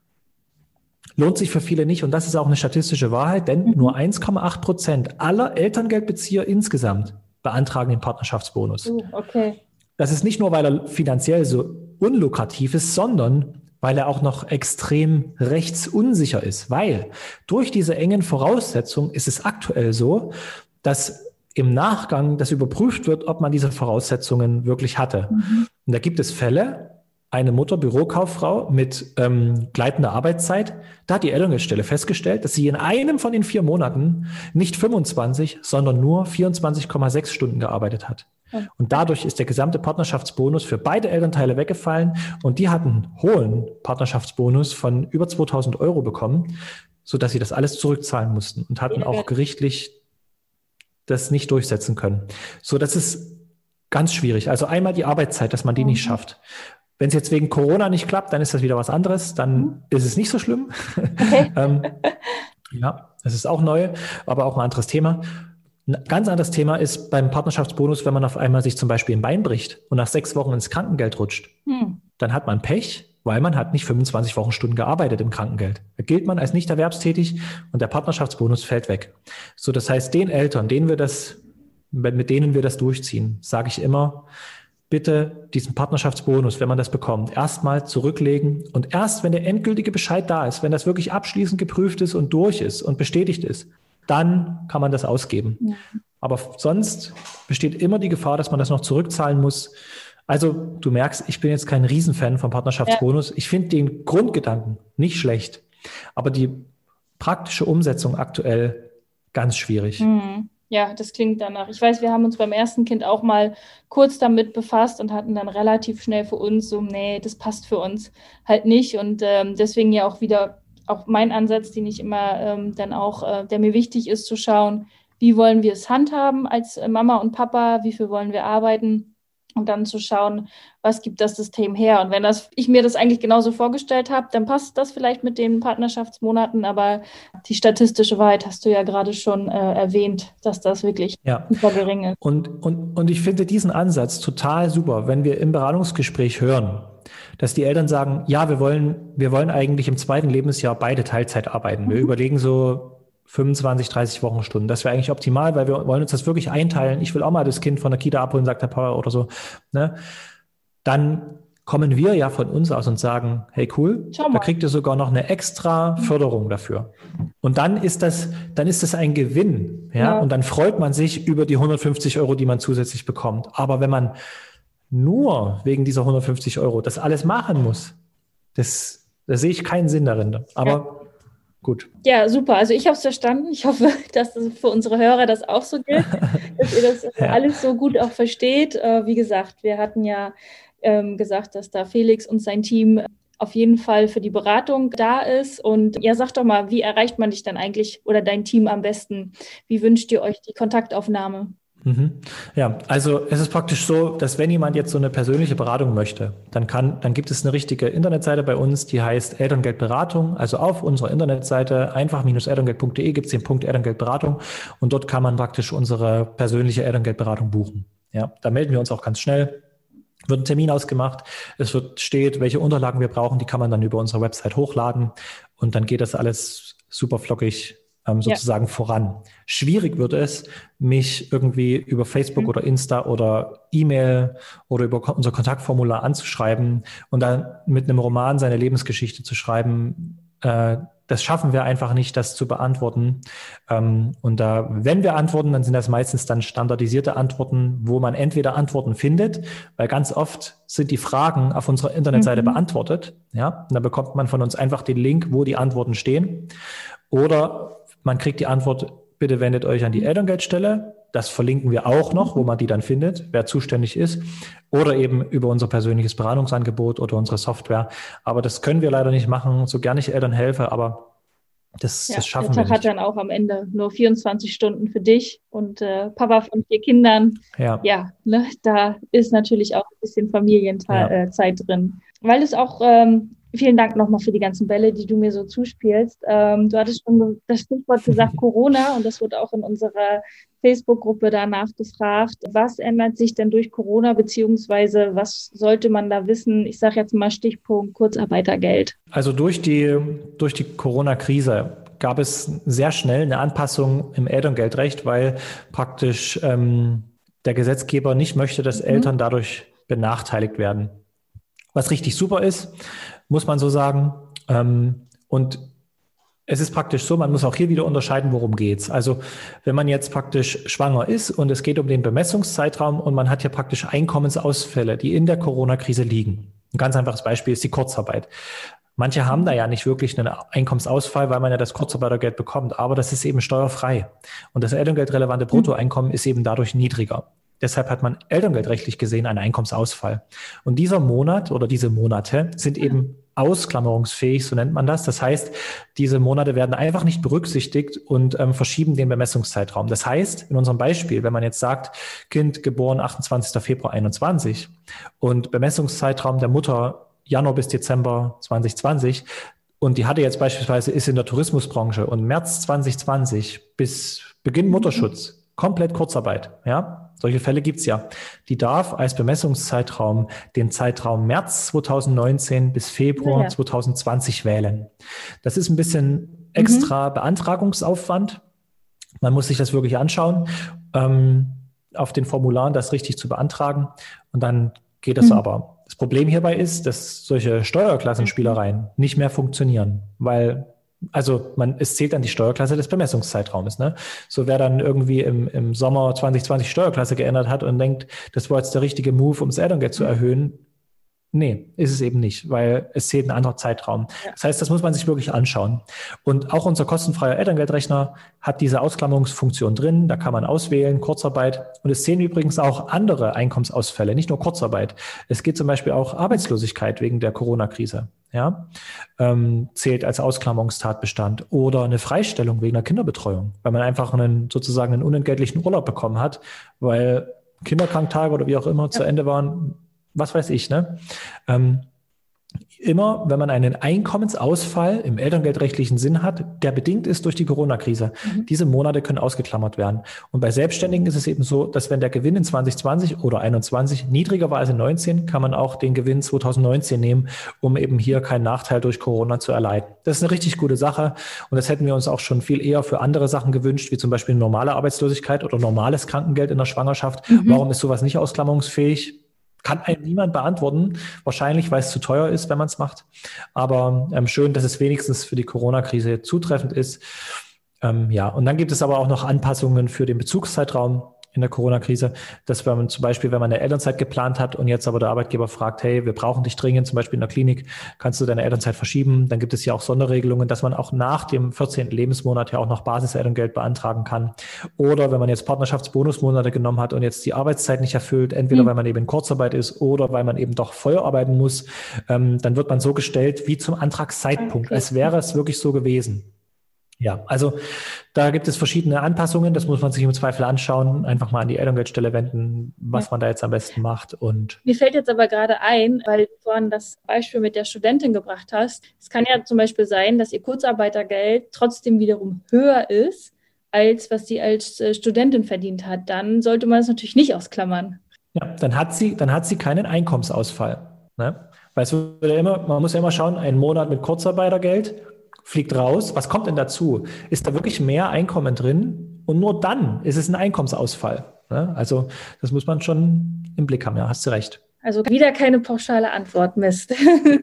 Lohnt sich für viele nicht. Und das ist auch eine statistische Wahrheit, denn nur 1,8% aller Elterngeldbezieher insgesamt beantragen den Partnerschaftsbonus. Okay. Das ist nicht nur, weil er finanziell so unlukrativ ist, sondern weil er auch noch extrem rechtsunsicher ist. Weil durch diese engen Voraussetzungen ist es aktuell so, dass im Nachgang das überprüft wird, ob man diese Voraussetzungen wirklich hatte. Und da gibt es Fälle, eine Mutter, Bürokauffrau mit gleitender Arbeitszeit, da hat die Elterngeldstelle festgestellt, dass sie in einem von den 4 Monaten nicht 25, sondern nur 24,6 Stunden gearbeitet hat. Und dadurch ist der gesamte Partnerschaftsbonus für beide Elternteile weggefallen und die hatten einen hohen Partnerschaftsbonus von über 2.000 Euro bekommen, sodass sie das alles zurückzahlen mussten und hatten auch gerichtlich das nicht durchsetzen können. So, das ist ganz schwierig. Also einmal die Arbeitszeit, dass man die nicht schafft. Wenn es jetzt wegen Corona nicht klappt, dann ist das wieder was anderes. Dann ist es nicht so schlimm. Okay. Ja, das ist auch neu, aber auch ein anderes Thema. Ein ganz anderes Thema ist beim Partnerschaftsbonus, wenn man auf einmal sich zum Beispiel ein Bein bricht und nach 6 Wochen ins Krankengeld rutscht. Dann hat man Pech, weil man hat nicht 25 Wochenstunden gearbeitet im Krankengeld. Da gilt man als nicht erwerbstätig und der Partnerschaftsbonus fällt weg. So, das heißt, den Eltern, mit denen wir das durchziehen, sage ich immer, bitte diesen Partnerschaftsbonus, wenn man das bekommt, erstmal zurücklegen und erst, wenn der endgültige Bescheid da ist, wenn das wirklich abschließend geprüft ist und durch ist und bestätigt ist, dann kann man das ausgeben. Ja. Aber sonst besteht immer die Gefahr, dass man das noch zurückzahlen muss. Also du merkst, ich bin jetzt kein Riesenfan vom Partnerschaftsbonus. Ja. Ich finde den Grundgedanken nicht schlecht, aber die praktische Umsetzung aktuell ganz schwierig. Ja, das klingt danach. Ich weiß, wir haben uns beim ersten Kind auch mal kurz damit befasst und hatten dann relativ schnell für uns so, nee, das passt für uns halt nicht. Und deswegen ja auch wieder auch mein Ansatz, den ich immer dann auch, der mir wichtig ist, zu schauen, wie wollen wir es handhaben als Mama und Papa, wie viel wollen wir arbeiten und dann zu schauen, was gibt das System her. Und wenn ich mir das eigentlich genauso vorgestellt habe, dann passt das vielleicht mit den Partnerschaftsmonaten, aber die statistische Wahrheit hast du ja gerade schon erwähnt, dass das wirklich super gering ist. Und ich finde diesen Ansatz total super, wenn wir im Beratungsgespräch hören, dass die Eltern sagen, ja, wir wollen eigentlich im 2. Lebensjahr beide Teilzeit arbeiten. Wir überlegen so 25, 30 Wochenstunden. Das wäre eigentlich optimal, weil wir wollen uns das wirklich einteilen. Ich will auch mal das Kind von der Kita abholen, sagt der Papa oder so. Ne? Dann kommen wir ja von uns aus und sagen, hey cool, da kriegt ihr sogar noch eine extra Förderung dafür. Und dann ist das ein Gewinn. Ja? Und dann freut man sich über die 150 Euro, die man zusätzlich bekommt. Aber wenn man nur wegen dieser 150 Euro das alles machen muss, da sehe ich keinen Sinn darin. Aber gut. Ja, super. Also ich habe es verstanden. Ich hoffe, dass das für unsere Hörer das auch so gilt, dass ihr das alles so gut auch versteht. Wie gesagt, wir hatten ja gesagt, dass da Felix und sein Team auf jeden Fall für die Beratung da ist. Und ja, sag doch mal, wie erreicht man dich dann eigentlich oder dein Team am besten? Wie wünscht ihr euch die Kontaktaufnahme? Ja, also es ist praktisch so, dass wenn jemand jetzt so eine persönliche Beratung möchte, dann gibt es eine richtige Internetseite bei uns, die heißt Elterngeldberatung. Also auf unserer Internetseite einfach-elterngeld.de gibt es den Punkt Elterngeldberatung und dort kann man praktisch unsere persönliche Elterngeldberatung buchen. Ja, da melden wir uns auch ganz schnell. Wird ein Termin ausgemacht, steht, welche Unterlagen wir brauchen, die kann man dann über unsere Website hochladen und dann geht das alles super flockig sozusagen voran. Schwierig wird es, mich irgendwie über Facebook oder Insta oder E-Mail oder über unser Kontaktformular anzuschreiben und dann mit einem Roman seine Lebensgeschichte zu schreiben. Das schaffen wir einfach nicht, das zu beantworten. Und wenn wir antworten, dann sind das meistens dann standardisierte Antworten, wo man entweder Antworten findet, weil ganz oft sind die Fragen auf unserer Internetseite beantwortet. Ja, und dann bekommt man von uns einfach den Link, wo die Antworten stehen. Oder man kriegt die Antwort, bitte wendet euch an die Elterngeldstelle. Das verlinken wir auch noch, wo man die dann findet, wer zuständig ist. Oder eben über unser persönliches Beratungsangebot oder unsere Software. Aber das können wir leider nicht machen, so gerne ich Eltern helfe, aber das schaffen wir nicht. Der Tag hat dann auch am Ende nur 24 Stunden für dich und Papa von 4 Kindern. Ja, ne, da ist natürlich auch ein bisschen Familienzeit drin. Weil es auch, vielen Dank nochmal für die ganzen Bälle, die du mir so zuspielst. Du hattest schon das Stichwort gesagt, Corona, und das wurde auch in unserer Facebook-Gruppe danach gefragt. Was ändert sich denn durch Corona, beziehungsweise was sollte man da wissen? Ich sage jetzt mal Stichpunkt Kurzarbeitergeld. Also durch die Corona-Krise gab es sehr schnell eine Anpassung im Elterngeldrecht, weil praktisch der Gesetzgeber nicht möchte, dass Eltern dadurch benachteiligt werden. Was richtig super ist, muss man so sagen. Und es ist praktisch so, man muss auch hier wieder unterscheiden, worum geht's. Also wenn man jetzt praktisch schwanger ist und es geht um den Bemessungszeitraum und man hat hier praktisch Einkommensausfälle, die in der Corona-Krise liegen. Ein ganz einfaches Beispiel ist die Kurzarbeit. Manche haben da ja nicht wirklich einen Einkommensausfall, weil man ja das Kurzarbeitergeld bekommt, aber das ist eben steuerfrei. Und das elterngeldrelevante Bruttoeinkommen ist eben dadurch niedriger. Deshalb hat man elterngeldrechtlich gesehen einen Einkommensausfall. Und dieser Monat oder diese Monate sind eben ausklammerungsfähig, so nennt man das. Das heißt, diese Monate werden einfach nicht berücksichtigt und verschieben den Bemessungszeitraum. Das heißt, in unserem Beispiel, wenn man jetzt sagt, Kind geboren 28. Februar 21 und Bemessungszeitraum der Mutter Januar bis Dezember 2020 und die hatte jetzt beispielsweise, ist in der Tourismusbranche und März 2020 bis Beginn Mutterschutz komplett Kurzarbeit, ja. Solche Fälle gibt's ja. Die darf als Bemessungszeitraum den Zeitraum März 2019 bis Februar 2020 wählen. Das ist ein bisschen extra Beantragungsaufwand. Man muss sich das wirklich anschauen, auf den Formularen das richtig zu beantragen. Und dann geht es aber. Das Problem hierbei ist, dass solche Steuerklassenspielereien nicht mehr funktionieren, weil es zählt an die Steuerklasse des Bemessungszeitraumes. Ne? So wer dann irgendwie im Sommer 2020 Steuerklasse geändert hat und denkt, das war jetzt der richtige Move, um das Elterngeld zu erhöhen. Nee, ist es eben nicht, weil es zählt ein anderer Zeitraum. Ja. Das heißt, das muss man sich wirklich anschauen. Und auch unser kostenfreier Elterngeldrechner hat diese Ausklammerungsfunktion drin. Da kann man auswählen, Kurzarbeit. Und es zählen übrigens auch andere Einkommensausfälle, nicht nur Kurzarbeit. Es geht zum Beispiel auch Arbeitslosigkeit wegen der Corona-Krise. Ja, zählt als Ausklammerungstatbestand oder eine Freistellung wegen der Kinderbetreuung, weil man einfach sozusagen einen unentgeltlichen Urlaub bekommen hat, weil Kinderkranktage oder wie auch immer zu Ende waren, was weiß ich, ne? Immer, wenn man einen Einkommensausfall im elterngeldrechtlichen Sinn hat, der bedingt ist durch die Corona-Krise. Diese Monate können ausgeklammert werden. Und bei Selbstständigen ist es eben so, dass wenn der Gewinn in 2020 oder 21 niedriger war als in 19, kann man auch den Gewinn 2019 nehmen, um eben hier keinen Nachteil durch Corona zu erleiden. Das ist eine richtig gute Sache. Und das hätten wir uns auch schon viel eher für andere Sachen gewünscht, wie zum Beispiel normale Arbeitslosigkeit oder normales Krankengeld in der Schwangerschaft. Warum ist sowas nicht ausklammerungsfähig? Kann einem niemand beantworten. Wahrscheinlich, weil es zu teuer ist, wenn man es macht. Aber schön, dass es wenigstens für die Corona-Krise zutreffend ist. Und dann gibt es aber auch noch Anpassungen für den Bezugszeitraum in der Corona-Krise, dass man zum Beispiel, wenn man eine Elternzeit geplant hat und jetzt aber der Arbeitgeber fragt, hey, wir brauchen dich dringend, zum Beispiel in der Klinik, kannst du deine Elternzeit verschieben? Dann gibt es ja auch Sonderregelungen, dass man auch nach dem 14. Lebensmonat ja auch noch Basiselterngeld beantragen kann. Oder wenn man jetzt Partnerschaftsbonusmonate genommen hat und jetzt die Arbeitszeit nicht erfüllt, entweder weil man eben in Kurzarbeit ist oder weil man eben doch voll arbeiten muss, dann wird man so gestellt wie zum Antragszeitpunkt, als wäre es wirklich so gewesen. Ja, also da gibt es verschiedene Anpassungen, das muss man sich im Zweifel anschauen, einfach mal an die Elterngeldstelle wenden, was man da jetzt am besten macht. Und mir fällt jetzt aber gerade ein, weil du vorhin das Beispiel mit der Studentin gebracht hast, es kann ja zum Beispiel sein, dass ihr Kurzarbeitergeld trotzdem wiederum höher ist, als was sie als Studentin verdient hat. Dann sollte man es natürlich nicht ausklammern. Ja, dann hat sie keinen Einkommensausfall. Ne? Weil man muss ja immer schauen, ein Monat mit Kurzarbeitergeld fliegt raus. Was kommt denn dazu? Ist da wirklich mehr Einkommen drin? Und nur dann ist es ein Einkommensausfall. Ne? Also das muss man schon im Blick haben. Ja, hast du recht. Also wieder keine pauschale Antwort, Mist.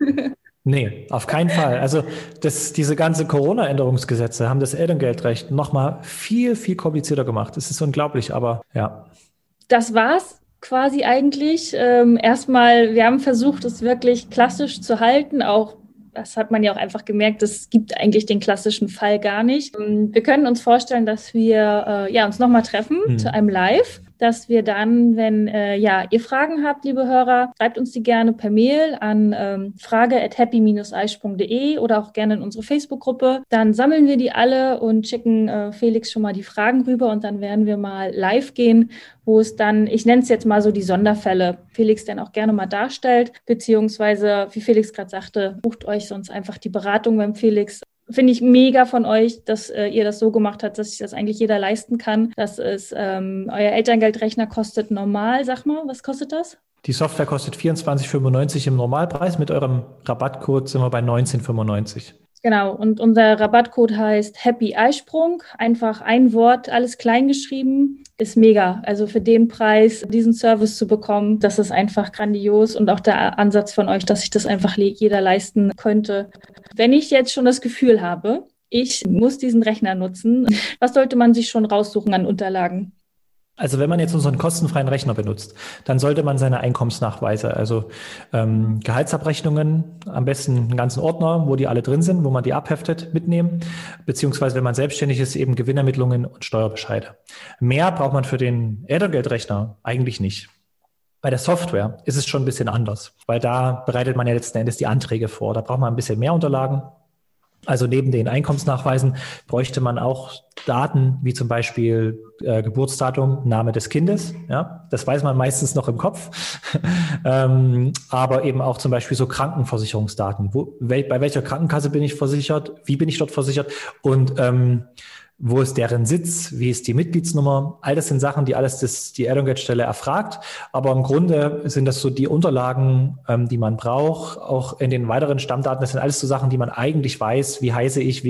Nee, auf keinen Fall. Also diese ganze Corona-Änderungsgesetze haben das Elterngeldrecht nochmal viel, viel komplizierter gemacht. Das ist unglaublich, aber ja. Das war's quasi eigentlich. Erstmal, wir haben versucht, es wirklich klassisch zu halten. Auch das hat man ja auch einfach gemerkt, es gibt eigentlich den klassischen Fall gar nicht. Wir können uns vorstellen, dass wir uns nochmal treffen zu einem Live, dass wir dann, wenn ihr Fragen habt, liebe Hörer, schreibt uns die gerne per Mail an frage@happy-eisprung.de oder auch gerne in unsere Facebook-Gruppe. Dann sammeln wir die alle und schicken Felix schon mal die Fragen rüber und dann werden wir mal live gehen, wo es dann, ich nenne es jetzt mal so die Sonderfälle, Felix dann auch gerne mal darstellt, beziehungsweise, wie Felix gerade sagte, bucht euch sonst einfach die Beratung beim Felix. Finde ich mega von euch, dass ihr das so gemacht habt, dass sich das eigentlich jeder leisten kann. Dass es euer Elterngeldrechner kostet normal. Sag mal, was kostet das? Die Software kostet 24,95 im Normalpreis. Mit eurem Rabattcode sind wir bei 19,95. Genau, und unser Rabattcode heißt Happy Eisprung. Einfach ein Wort, alles klein geschrieben. Ist mega. Also für den Preis, diesen Service zu bekommen, das ist einfach grandios. Und auch der Ansatz von euch, dass sich das einfach jeder leisten könnte. Wenn ich jetzt schon das Gefühl habe, ich muss diesen Rechner nutzen, was sollte man sich schon raussuchen an Unterlagen? Also wenn man jetzt unseren kostenfreien Rechner benutzt, dann sollte man seine Einkommensnachweise, also Gehaltsabrechnungen, am besten einen ganzen Ordner, wo die alle drin sind, wo man die abheftet, mitnehmen, beziehungsweise wenn man selbstständig ist, eben Gewinnermittlungen und Steuerbescheide. Mehr braucht man für den Elterngeldrechner eigentlich nicht. Bei der Software ist es schon ein bisschen anders, weil da bereitet man ja letzten Endes die Anträge vor. Da braucht man ein bisschen mehr Unterlagen. Also neben den Einkommensnachweisen bräuchte man auch Daten wie zum Beispiel Geburtsdatum, Name des Kindes. Ja, das weiß man meistens noch im Kopf. Aber eben auch zum Beispiel so Krankenversicherungsdaten. Bei welcher Krankenkasse bin ich versichert? Wie bin ich dort versichert? Und wo ist deren Sitz? Wie ist die Mitgliedsnummer? All das sind Sachen, die alles die Elterngeldstelle erfragt. Aber im Grunde sind das so die Unterlagen, die man braucht. Auch in den weiteren Stammdaten, das sind alles so Sachen, die man eigentlich weiß. Wie heiße ich?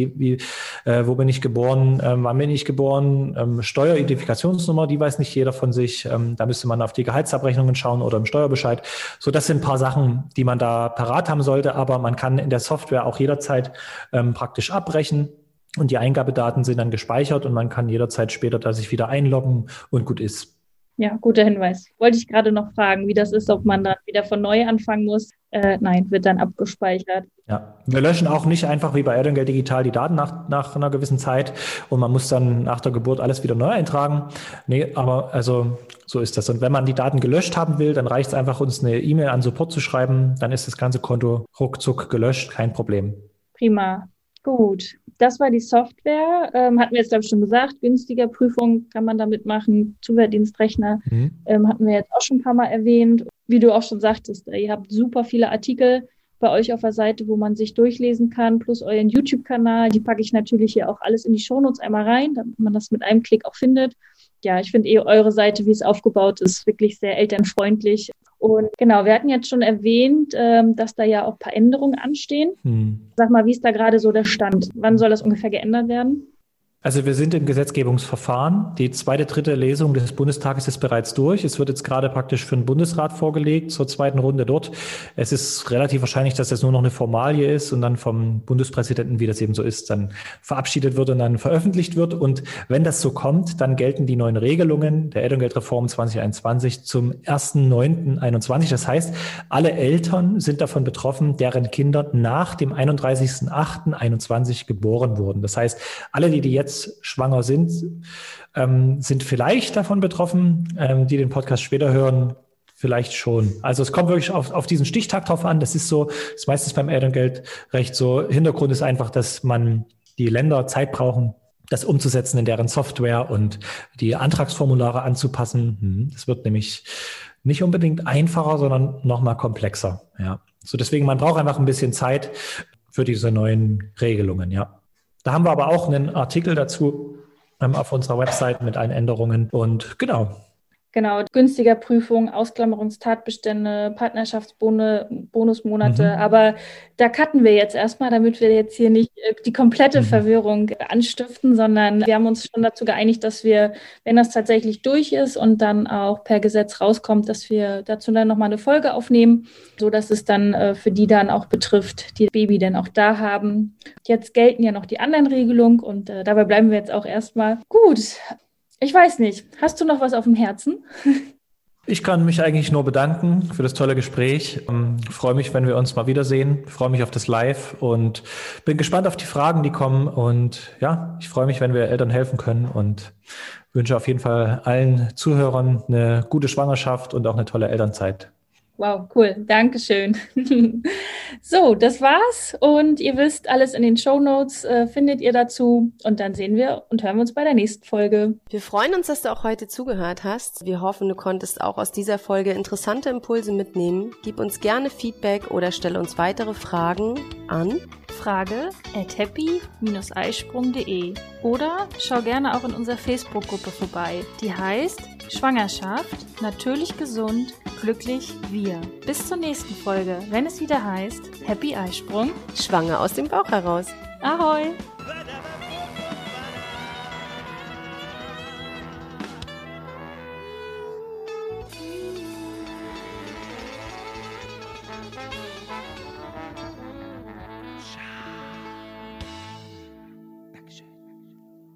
Wo bin ich geboren? Wann bin ich geboren? Steueridentifikationsnummer, die weiß nicht jeder von sich. Da müsste man auf die Gehaltsabrechnungen schauen oder im Steuerbescheid. So, das sind ein paar Sachen, die man da parat haben sollte. Aber man kann in der Software auch jederzeit praktisch abbrechen. Und die Eingabedaten sind dann gespeichert und man kann jederzeit später da sich wieder einloggen und gut ist. Ja, guter Hinweis. Wollte ich gerade noch fragen, wie das ist, ob man dann wieder von neu anfangen muss. Nein, wird dann abgespeichert. Ja, wir löschen auch nicht einfach wie bei Elterngeld Digital die Daten nach einer gewissen Zeit und man muss dann nach der Geburt alles wieder neu eintragen. Nee, aber also so ist das. Und wenn man die Daten gelöscht haben will, dann reicht es einfach, uns eine E-Mail an Support zu schreiben. Dann ist das ganze Konto ruckzuck gelöscht, kein Problem. Prima. Gut, das war die Software. Hatten wir jetzt, glaube ich, schon gesagt. Günstiger Prüfung kann man damit machen. Zuwehrdienstrechner hatten wir jetzt auch schon ein paar Mal erwähnt. Wie du auch schon sagtest, ihr habt super viele Artikel bei euch auf der Seite, wo man sich durchlesen kann, plus euren YouTube-Kanal. Die packe ich natürlich hier auch alles in die Shownotes einmal rein, damit man das mit einem Klick auch findet. Ja, ich finde eure Seite, wie es aufgebaut ist, wirklich sehr elternfreundlich. Und genau, wir hatten jetzt schon erwähnt, dass da ja auch ein paar Änderungen anstehen. Sag mal, wie ist da gerade so der Stand? Wann soll das ungefähr geändert werden? Also wir sind im Gesetzgebungsverfahren. Die zweite, dritte Lesung des Bundestages ist bereits durch. Es wird jetzt gerade praktisch für den Bundesrat vorgelegt, zur zweiten Runde dort. Es ist relativ wahrscheinlich, dass das nur noch eine Formalie ist und dann vom Bundespräsidenten, wie das eben so ist, dann verabschiedet wird und dann veröffentlicht wird. Und wenn das so kommt, dann gelten die neuen Regelungen der Elterngeldreform 2021 zum 1.9.21. Das heißt, alle Eltern sind davon betroffen, deren Kinder nach dem 31.08.21 geboren wurden. Das heißt, alle, die jetzt schwanger sind, sind vielleicht davon betroffen, die den Podcast später hören, vielleicht schon. Also es kommt wirklich auf diesen Stichtag drauf an. Das ist so, das ist meistens beim Elterngeldrecht so. Hintergrund ist einfach, dass die Länder Zeit brauchen, das umzusetzen in deren Software und die Antragsformulare anzupassen. Das wird nämlich nicht unbedingt einfacher, sondern nochmal komplexer. Ja. So deswegen, man braucht einfach ein bisschen Zeit für diese neuen Regelungen, ja. Da haben wir aber auch einen Artikel dazu auf unserer Website mit allen Änderungen. Und genau, Genau, günstiger Prüfung, Ausklammerungstatbestände, Partnerschaftsbonusmonate. Aber da cutten wir jetzt erstmal, damit wir jetzt hier nicht die komplette Verwirrung anstiften, sondern wir haben uns schon dazu geeinigt, dass wir, wenn das tatsächlich durch ist und dann auch per Gesetz rauskommt, dass wir dazu dann nochmal eine Folge aufnehmen, sodass es dann für die dann auch betrifft, die Baby dann auch da haben. Jetzt gelten ja noch die anderen Regelungen und dabei bleiben wir jetzt auch erstmal. Gut. Ich weiß nicht. Hast du noch was auf dem Herzen? Ich kann mich eigentlich nur bedanken für das tolle Gespräch. Freue mich, wenn wir uns mal wiedersehen. Freue mich auf das Live und bin gespannt auf die Fragen, die kommen. Und ja, ich freue mich, wenn wir Eltern helfen können und wünsche auf jeden Fall allen Zuhörern eine gute Schwangerschaft und auch eine tolle Elternzeit. Wow, cool. Dankeschön. So, das war's. Und ihr wisst, alles in den Shownotes findet ihr dazu. Und dann sehen wir und hören wir uns bei der nächsten Folge. Wir freuen uns, dass du auch heute zugehört hast. Wir hoffen, du konntest auch aus dieser Folge interessante Impulse mitnehmen. Gib uns gerne Feedback oder stelle uns weitere Fragen an frage@happy-eisprung.de oder schau gerne auch in unserer Facebook-Gruppe vorbei. Die heißt Schwangerschaft, natürlich gesund, glücklich wir. Bis zur nächsten Folge, wenn es wieder heißt Happy Eisprung. Schwanger aus dem Bauch heraus. Ahoi!